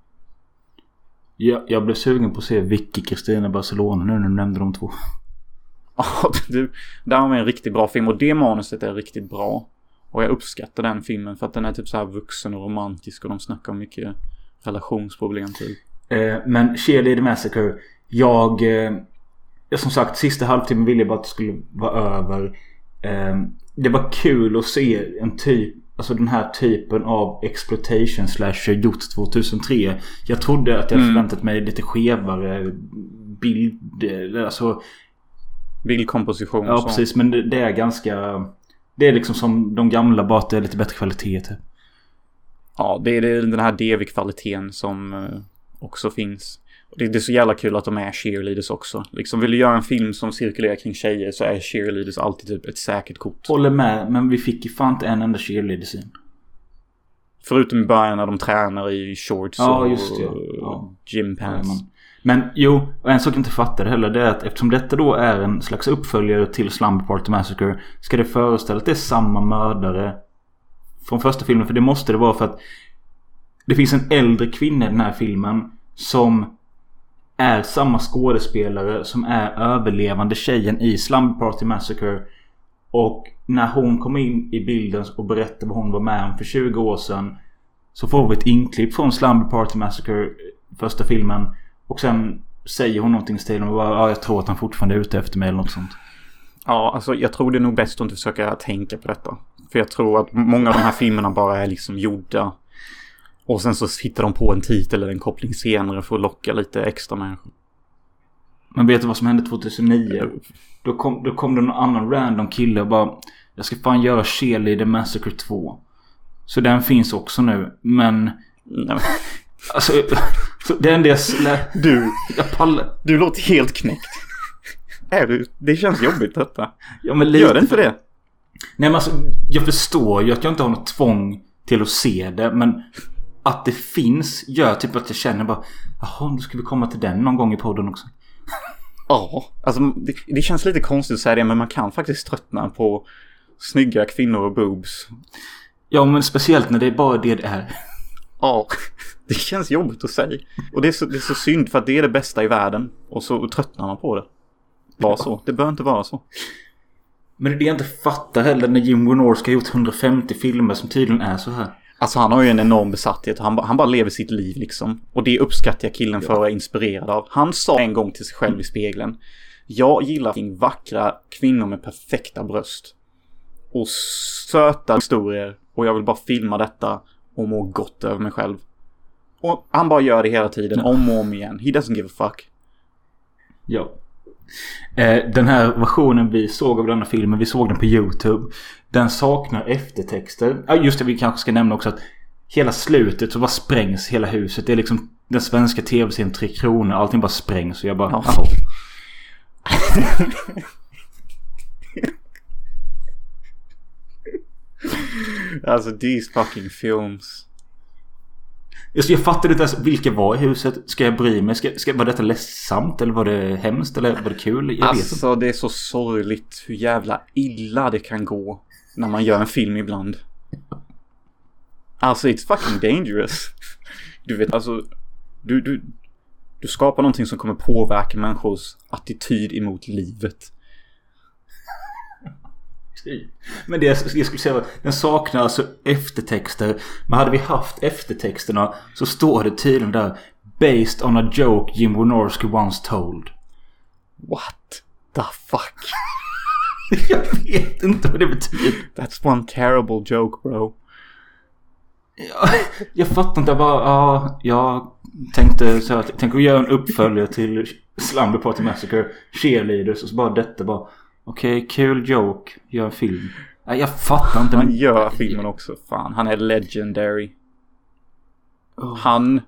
Ja, jag blev sugen på att se Vicky Kristina Barcelona nu när du nämnde de två. Ja, du, där har vi en riktigt bra film och det manuset är riktigt bra. Och jag uppskattar den filmen för att den är typ så här vuxen och romantisk och de snackar om mycket relationsproblem typ. Eh, men Cheerleader Massacre, jag, eh, som sagt, sista halvtimmen ville jag bara att det skulle vara över. Eh, det var kul att se en typ, alltså den här typen av exploitation slasher gjort tjugohundratre. Jag trodde att jag mm. förväntat mig lite skevare bild, alltså bildkomposition. Ja, så. precis, men det, det är ganska, det är liksom som de gamla, bara att det är lite bättre kvalitet. Ja, det är den här D V-kvaliteten som uh, också finns. Det, det är så jävla kul att de är cheerleaders också. Liksom, vill du göra en film som cirkulerar kring tjejer så är cheerleaders alltid typ ett säkert kort. Håller med, men vi fick ju fan inte en enda cheerleader-scen. Förutom i början när de tränar i shorts ja, och just det, ja. Ja. gym pants. Ja, men jo, och en sak jag inte fattar heller, det är att eftersom detta då är en slags uppföljare till Slumber Party Massacre, ska det föreställa att det är samma mördare från första filmen? För det måste det vara, för att det finns en äldre kvinna i den här filmen som är samma skådespelare som är överlevande tjejen i Slumber Party Massacre. Och när hon kom in i bilden och berättade vad hon var med om för tjugo år sedan, så får vi ett inklipp från Slumber Party Massacre, första filmen. Och sen säger hon någonting i stilen och bara, ja, jag tror att han fortfarande är ute efter mig eller något sånt. Ja, alltså jag tror det är nog bäst att inte försöka tänka på detta. För jag tror att många av de här filmerna bara är liksom gjorda. Och sen så hittar de på en titel eller en koppling senare för att locka lite extra människor. Men vet du vad som hände tjugohundranio? Då kom, då kom det någon annan random kille och bara, jag ska fan göra Cheerleader Massacre två. Så den finns också nu. Men Nej. alltså, så det enda jag slä... Du, jag pallar. du låter helt knäckt. Är du? Det känns jobbigt detta. Ja, men lite... Gör det inte det? Nej, men alltså, jag förstår ju att jag inte har något tvång till att se det. Men att det finns gör typ att jag känner bara, jaha, då ska vi komma till den någon gång i podden också. Ja, alltså det, det känns lite konstigt att säga det, men man kan faktiskt tröttna på snygga kvinnor och boobs. Ja, men speciellt när det är bara det det är. Ja, det känns jobbigt att säga. Och det är, så, det är så synd för att det är det bästa i världen. Och så tröttnar man på det. Var så, det bör inte vara så. Men det är det jag inte fattar heller när Jim Wynorski har gjort hundrafemtio filmer som tydligen är så här. Alltså han har ju en enorm besatthet. Han, han bara lever sitt liv liksom. Och det uppskattar jag killen för att vara inspirerad av. Han sa en gång till sig själv i spegeln: jag gillar vackra kvinnor med perfekta bröst. Och söta historier. Och jag vill bara filma detta och må gott över mig själv. Och han bara gör det hela tiden, om och om igen. He doesn't give a fuck. Ja. Eh, den här versionen vi såg av denna filmen, vi såg den på YouTube. Den saknar eftertexter. Ja, just det, vi kanske ska nämna också att hela slutet så bara sprängs hela huset. Det är liksom den svenska tv-serien Tre Kronor. Allting bara sprängs och jag bara, ja. Alltså, these fucking films. Just, jag fattade inte ens vilka var i huset. Ska jag bry mig? Ska, ska, var detta ledsamt? Eller var det hemskt? Eller var det kul? Jag alltså, vet det är så sorgligt hur jävla illa det kan gå när man gör en film ibland. Alltså, it's fucking dangerous. Du vet, alltså du, du, du skapar någonting som kommer påverka människors attityd emot livet. Men det jag skulle säga var, den saknar alltså eftertexter. Men hade vi haft eftertexterna så står det tydligen där: based on a joke Jim Wynorski once told. What the fuck? Jag vet inte vad det betyder. That's one terrible joke, bro. Jag, jag fattar inte, jag bara, ja, jag tänkte så att, tänk att göra en uppföljare till Slumber Party Massacre, Cheerleaders, och så bara detta bara, okej, okay, kul joke, gör en film. Nej, jag fattar inte. Han men... gör filmen också, fan, han är legendary. Oh. Han...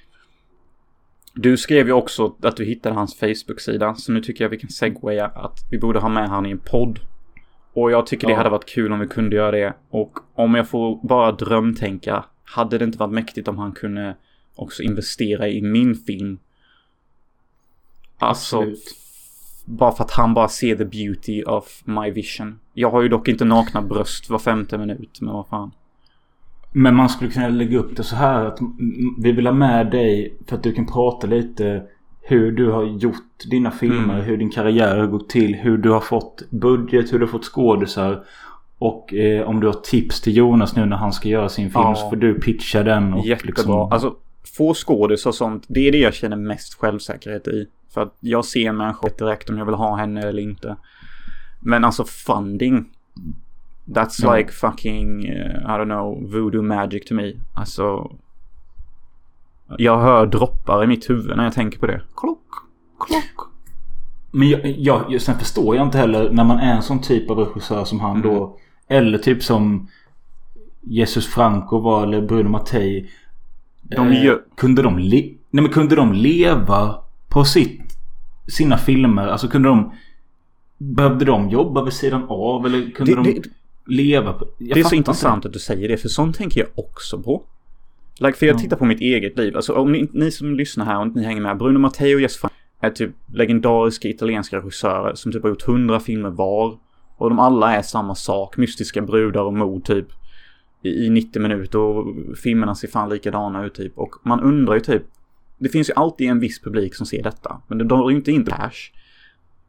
Du skrev ju också att du hittade hans Facebook-sida, så nu tycker jag vi kan segwaya att vi borde ha med han i en podd. Och jag tycker ja. det hade varit kul om vi kunde göra det. Och om jag får bara drömtänka, hade det inte varit mäktigt om han kunde också investera i min film? Alltså, absolut. Bara för att han bara ser the beauty of my vision. Jag har ju dock inte nakna bröst var femte minut, men vad fan. Men man skulle kunna lägga upp det så här att vi vill ha med dig för att du kan prata lite hur du har gjort dina filmer, mm. hur din karriär har gått till, hur du har fått budget, hur du har fått skådisar, och eh, om du har tips till Jonas nu när han ska göra sin film, ja. så får du pitcha den. Och jättebra. Liksom... Alltså, få skådisar och sånt, det är det jag känner mest självsäkerhet i. För att jag ser en människa direkt om jag vill ha henne eller inte. Men alltså funding, that's mm. like fucking uh, I don't know, voodoo magic to me. Alltså, jag hör droppar i mitt huvud när jag tänker på det. Klock, klock. Men jag, jag, sen förstår jag inte heller när man är en sån typ av regissör som han mm. då, eller typ som Jesus Franco var, eller Bruno Mattei. De gör... eh, kunde de le- Nej, men kunde de leva på sitt, sina filmer? Alltså kunde de, behövde de jobba vid sidan av, eller kunde det, de det, leva på? Jag det är så intressant inte. att du säger det, för sånt tänker jag också på. Like, för jag tittar på mitt eget liv. Alltså om ni, ni som lyssnar här och inte ni hänger med, Bruno Mattei och Jesus Franco är typ legendariska italienska regissörer som typ har gjort hundra filmer var. Och de alla är samma sak. Mystiska brudar och mord typ i, i nittio minuter. Och filmerna ser fan likadana ut typ. Och man undrar ju typ, det finns ju alltid en viss publik som ser detta. Men de drar ju inte in cash.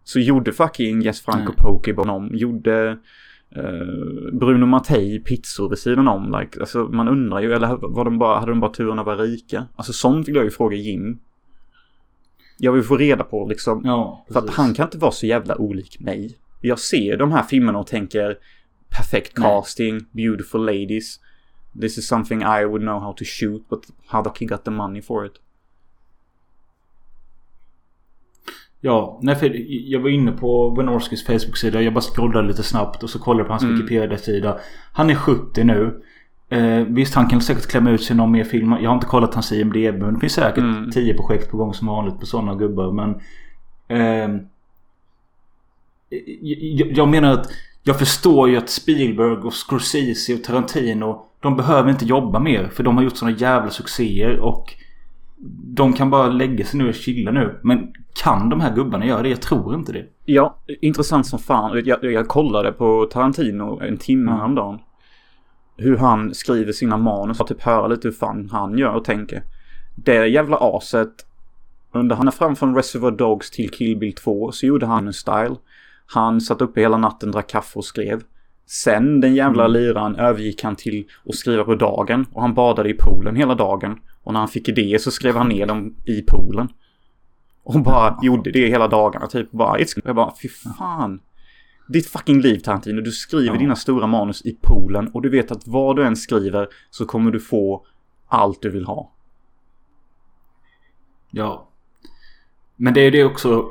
så gjorde fucking Jess Franco mm. Pokémon om. Gjorde uh, Bruno Mattei pizzor vid sidan om. Like, alltså, man undrar ju, eller var de bara, hade de bara turen att vara rika? Alltså sånt vill jag ju fråga Jim. Jag vill få reda på liksom. Ja, för att han kan inte vara så jävla olik mig. Jag ser de här filmerna och tänker perfekt casting, Nej. beautiful ladies. This is something I would know how to shoot, but how he got the money for it. Ja, nej, för jag var inne på Wynorskis Facebook-sida. Jag bara scrollade lite snabbt och så kollade på hans mm. Wikipedia-sida. Han är sjuttio nu. Eh, visst, han kan säkert klämma ut sig någon mer film. Jag har inte kollat hans I M D B, men det finns säkert mm. tio projekt på gång som vanligt på sådana gubbar. Men eh, jag, jag menar att jag förstår ju att Spielberg och Scorsese och Tarantino, de behöver inte jobba mer, för de har gjort sådana jävla succéer och de kan bara lägga sig nu och chilla nu. Men kan de här gubbarna göra det? Jag tror inte det. Ja, intressant som fan. Jag, jag kollade på Tarantino en timme mm. om dagen. Hur han skriver sina manus och typ höra lite hur fan han gör och tänker. Det jävla aset, under han är fram från Reservoir Dogs till Kill Bill två, så gjorde han en style. Han satt uppe hela natten, drack kaffe och skrev. Sen den jävla mm. liran övergick han till att skriva på dagen. Och han badade i poolen hela dagen. Och när han fick idéer så skrev han ner dem i poolen. Och bara gjorde det hela dagarna. Typ bara, jag bara, fy fan. Ditt fucking liv, Tarantino. Du skriver ja. dina stora manus i poolen. Och du vet att vad du än skriver så kommer du få allt du vill ha. Ja. Men det är det också.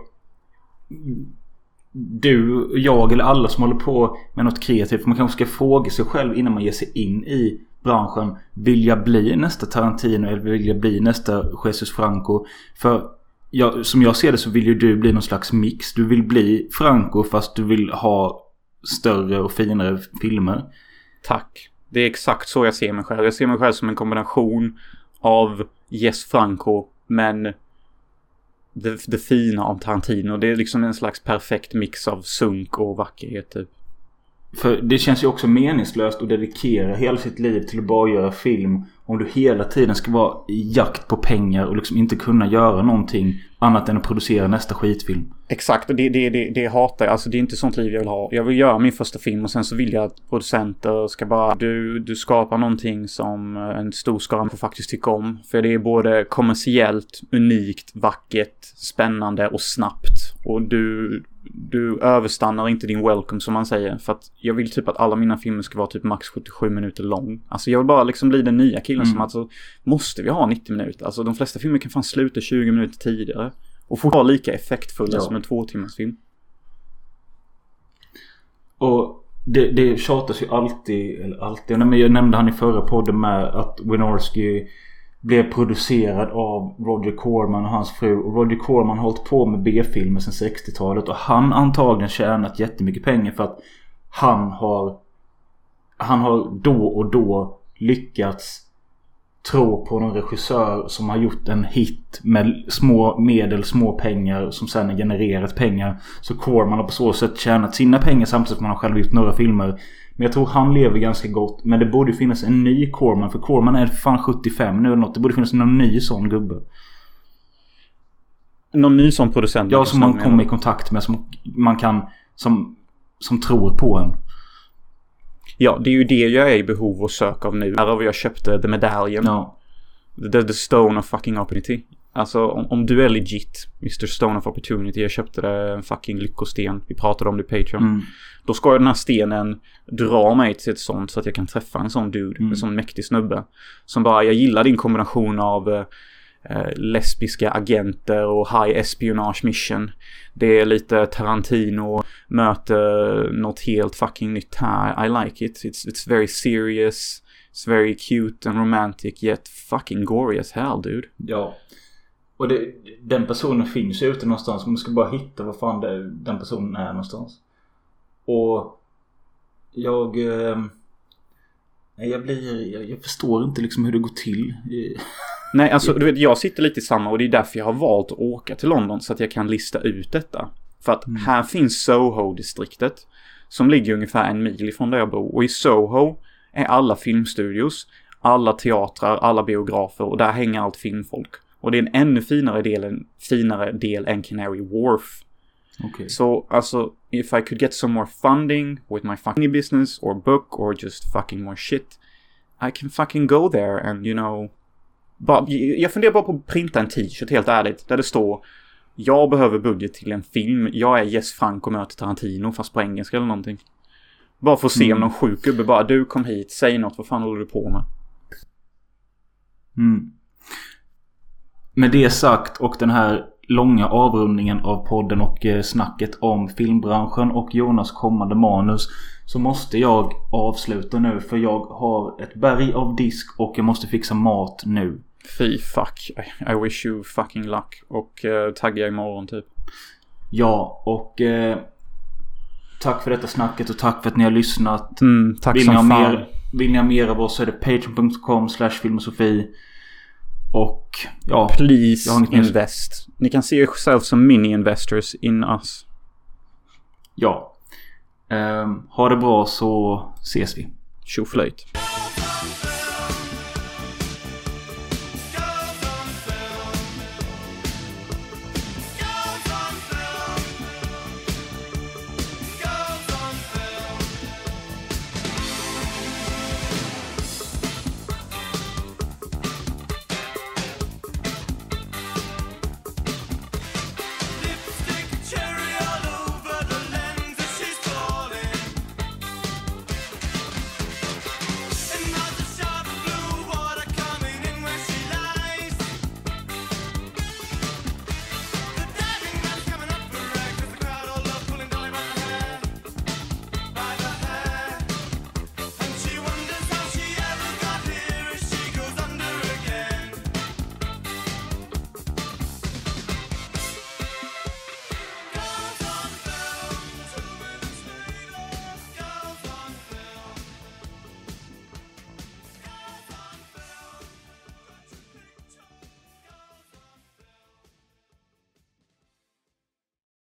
Du, jag eller alla som håller på med något kreativt, man kanske ska fråga sig själv innan man ger sig in i branschen: vill jag bli nästa Tarantino eller vill jag bli nästa Jesus Franco? För jag, som jag ser det så vill ju du bli någon slags mix. Du vill bli Franco fast du vill ha större och finare filmer. Tack. Det är exakt så jag ser mig själv. Jag ser mig själv som en kombination av Jess Franco men det, det fina av Tarantino. Det är liksom en slags perfekt mix av sunk och vackerhet typ. För det känns ju också meningslöst att dedikera hela sitt liv till att bara göra film om du hela tiden ska vara i jakt på pengar och liksom inte kunna göra någonting annat än att producera nästa skitfilm. Exakt, och det, det, det, det hatar jag. Alltså det är inte sånt liv jag vill ha. Jag vill göra min första film och sen så vill jag att producenter ska bara du, du skapar någonting som en stor skara får faktiskt tycka om. För det är både kommersiellt, unikt, vackert, spännande och snabbt. Och du, du överstannar inte din welcome som man säger. För att jag vill typ att alla mina filmer ska vara typ max sjuttiosju minuter lång. Alltså jag vill bara liksom bli den nya killen mm. som alltså måste vi ha nittio minuter. Alltså de flesta filmer kan fan sluta tjugo minuter tidigare. Och fortfarande lika effektfulla ja. som en två timmars film. Och det, det tjatas ju alltid, eller alltid, jag nämnde han i förra podden med att Wynorski blev producerad av Roger Corman och hans fru. Och Roger Corman har hållit på med B-filmer sedan sextiotalet. Och han antagligen tjänat jättemycket pengar för att han har han har då och då lyckats tro på någon regissör som har gjort en hit med små medel, små pengar som sen har genererat pengar. Så Corman har på så sätt tjänat sina pengar samtidigt som han har själv gjort några filmer. Men jag tror han lever ganska gott. Men det borde finnas en ny Corman. För Corman är fan sjuttiofem nu eller något. Det borde finnas någon ny sån gubbe. Någon ny sån producent? Ja, som man kommer i kontakt med. Som man kan som, som tror på en. Ja, det är ju det jag är i behov och sök av nu. Här har jag köpte The Medallion. Ja. The, the Stone of fucking Opportunity. Alltså om, om du är legit mister Stone of Opportunity. Jag köpte det en fucking lyckosten. Vi pratade om det i Patreon. Mm. Då ska den här stenen dra mig till ett sånt så att jag kan träffa en sån dude. Mm. En sån mäktig snubbe. Som bara, jag gillar din kombination av eh, lesbiska agenter och high espionage mission. Det är lite Tarantino möter något helt fucking nytt här. I like it. It's, it's very serious. It's very cute and romantic yet fucking gory as hell, dude. Ja. Och det, den personen finns ju ute någonstans. Man ska bara hitta vad fan det, den personen är någonstans. Och jag eh, jag blir jag, jag förstår inte liksom hur det går till. Nej, alltså du vet, jag sitter lite i samma och det är därför jag har valt att åka till London så att jag kan lista ut detta. För att mm. här finns Soho-distriktet som ligger ungefär en mil ifrån där jag bor. Och i Soho är alla filmstudios, alla teatrar, alla biografer och där hänger allt filmfolk. Och det är en ännu finare del, en finare del än Canary Wharf. Okay. So, alltså, if I could get some more funding with my fucking business or book or just fucking more shit, I can fucking go there and, you know... Bara, jag funderar bara på att printa en t-shirt, helt ärligt, där det står: jag behöver budget till en film. Jag är Jess Frank och möter Tarantino, fast på engelska eller någonting. Bara för att se mm. om någon sjuk gubbe bara: du, kom hit, säg något, vad fan håller du på med? Mm. Med det sagt, och den här långa avrundningen av podden och eh, snacket om filmbranschen och Jonas kommande manus, så måste jag avsluta nu, för jag har ett berg av disk och jag måste fixa mat nu. Fy fuck, I, I wish you fucking luck. Och uh, tagga imorgon typ. Ja, och eh, tack för detta snacket och tack för att ni har lyssnat. Mm, tack vill som ni ha fan. Mer, vill ni ha mer av oss så är det patreon punkt com slash filmosofi. Och ja, please invest. Ni kan se er själv som mini-investors in us. Ja. Um, ha det bra, så ses vi. Tjoflöjt.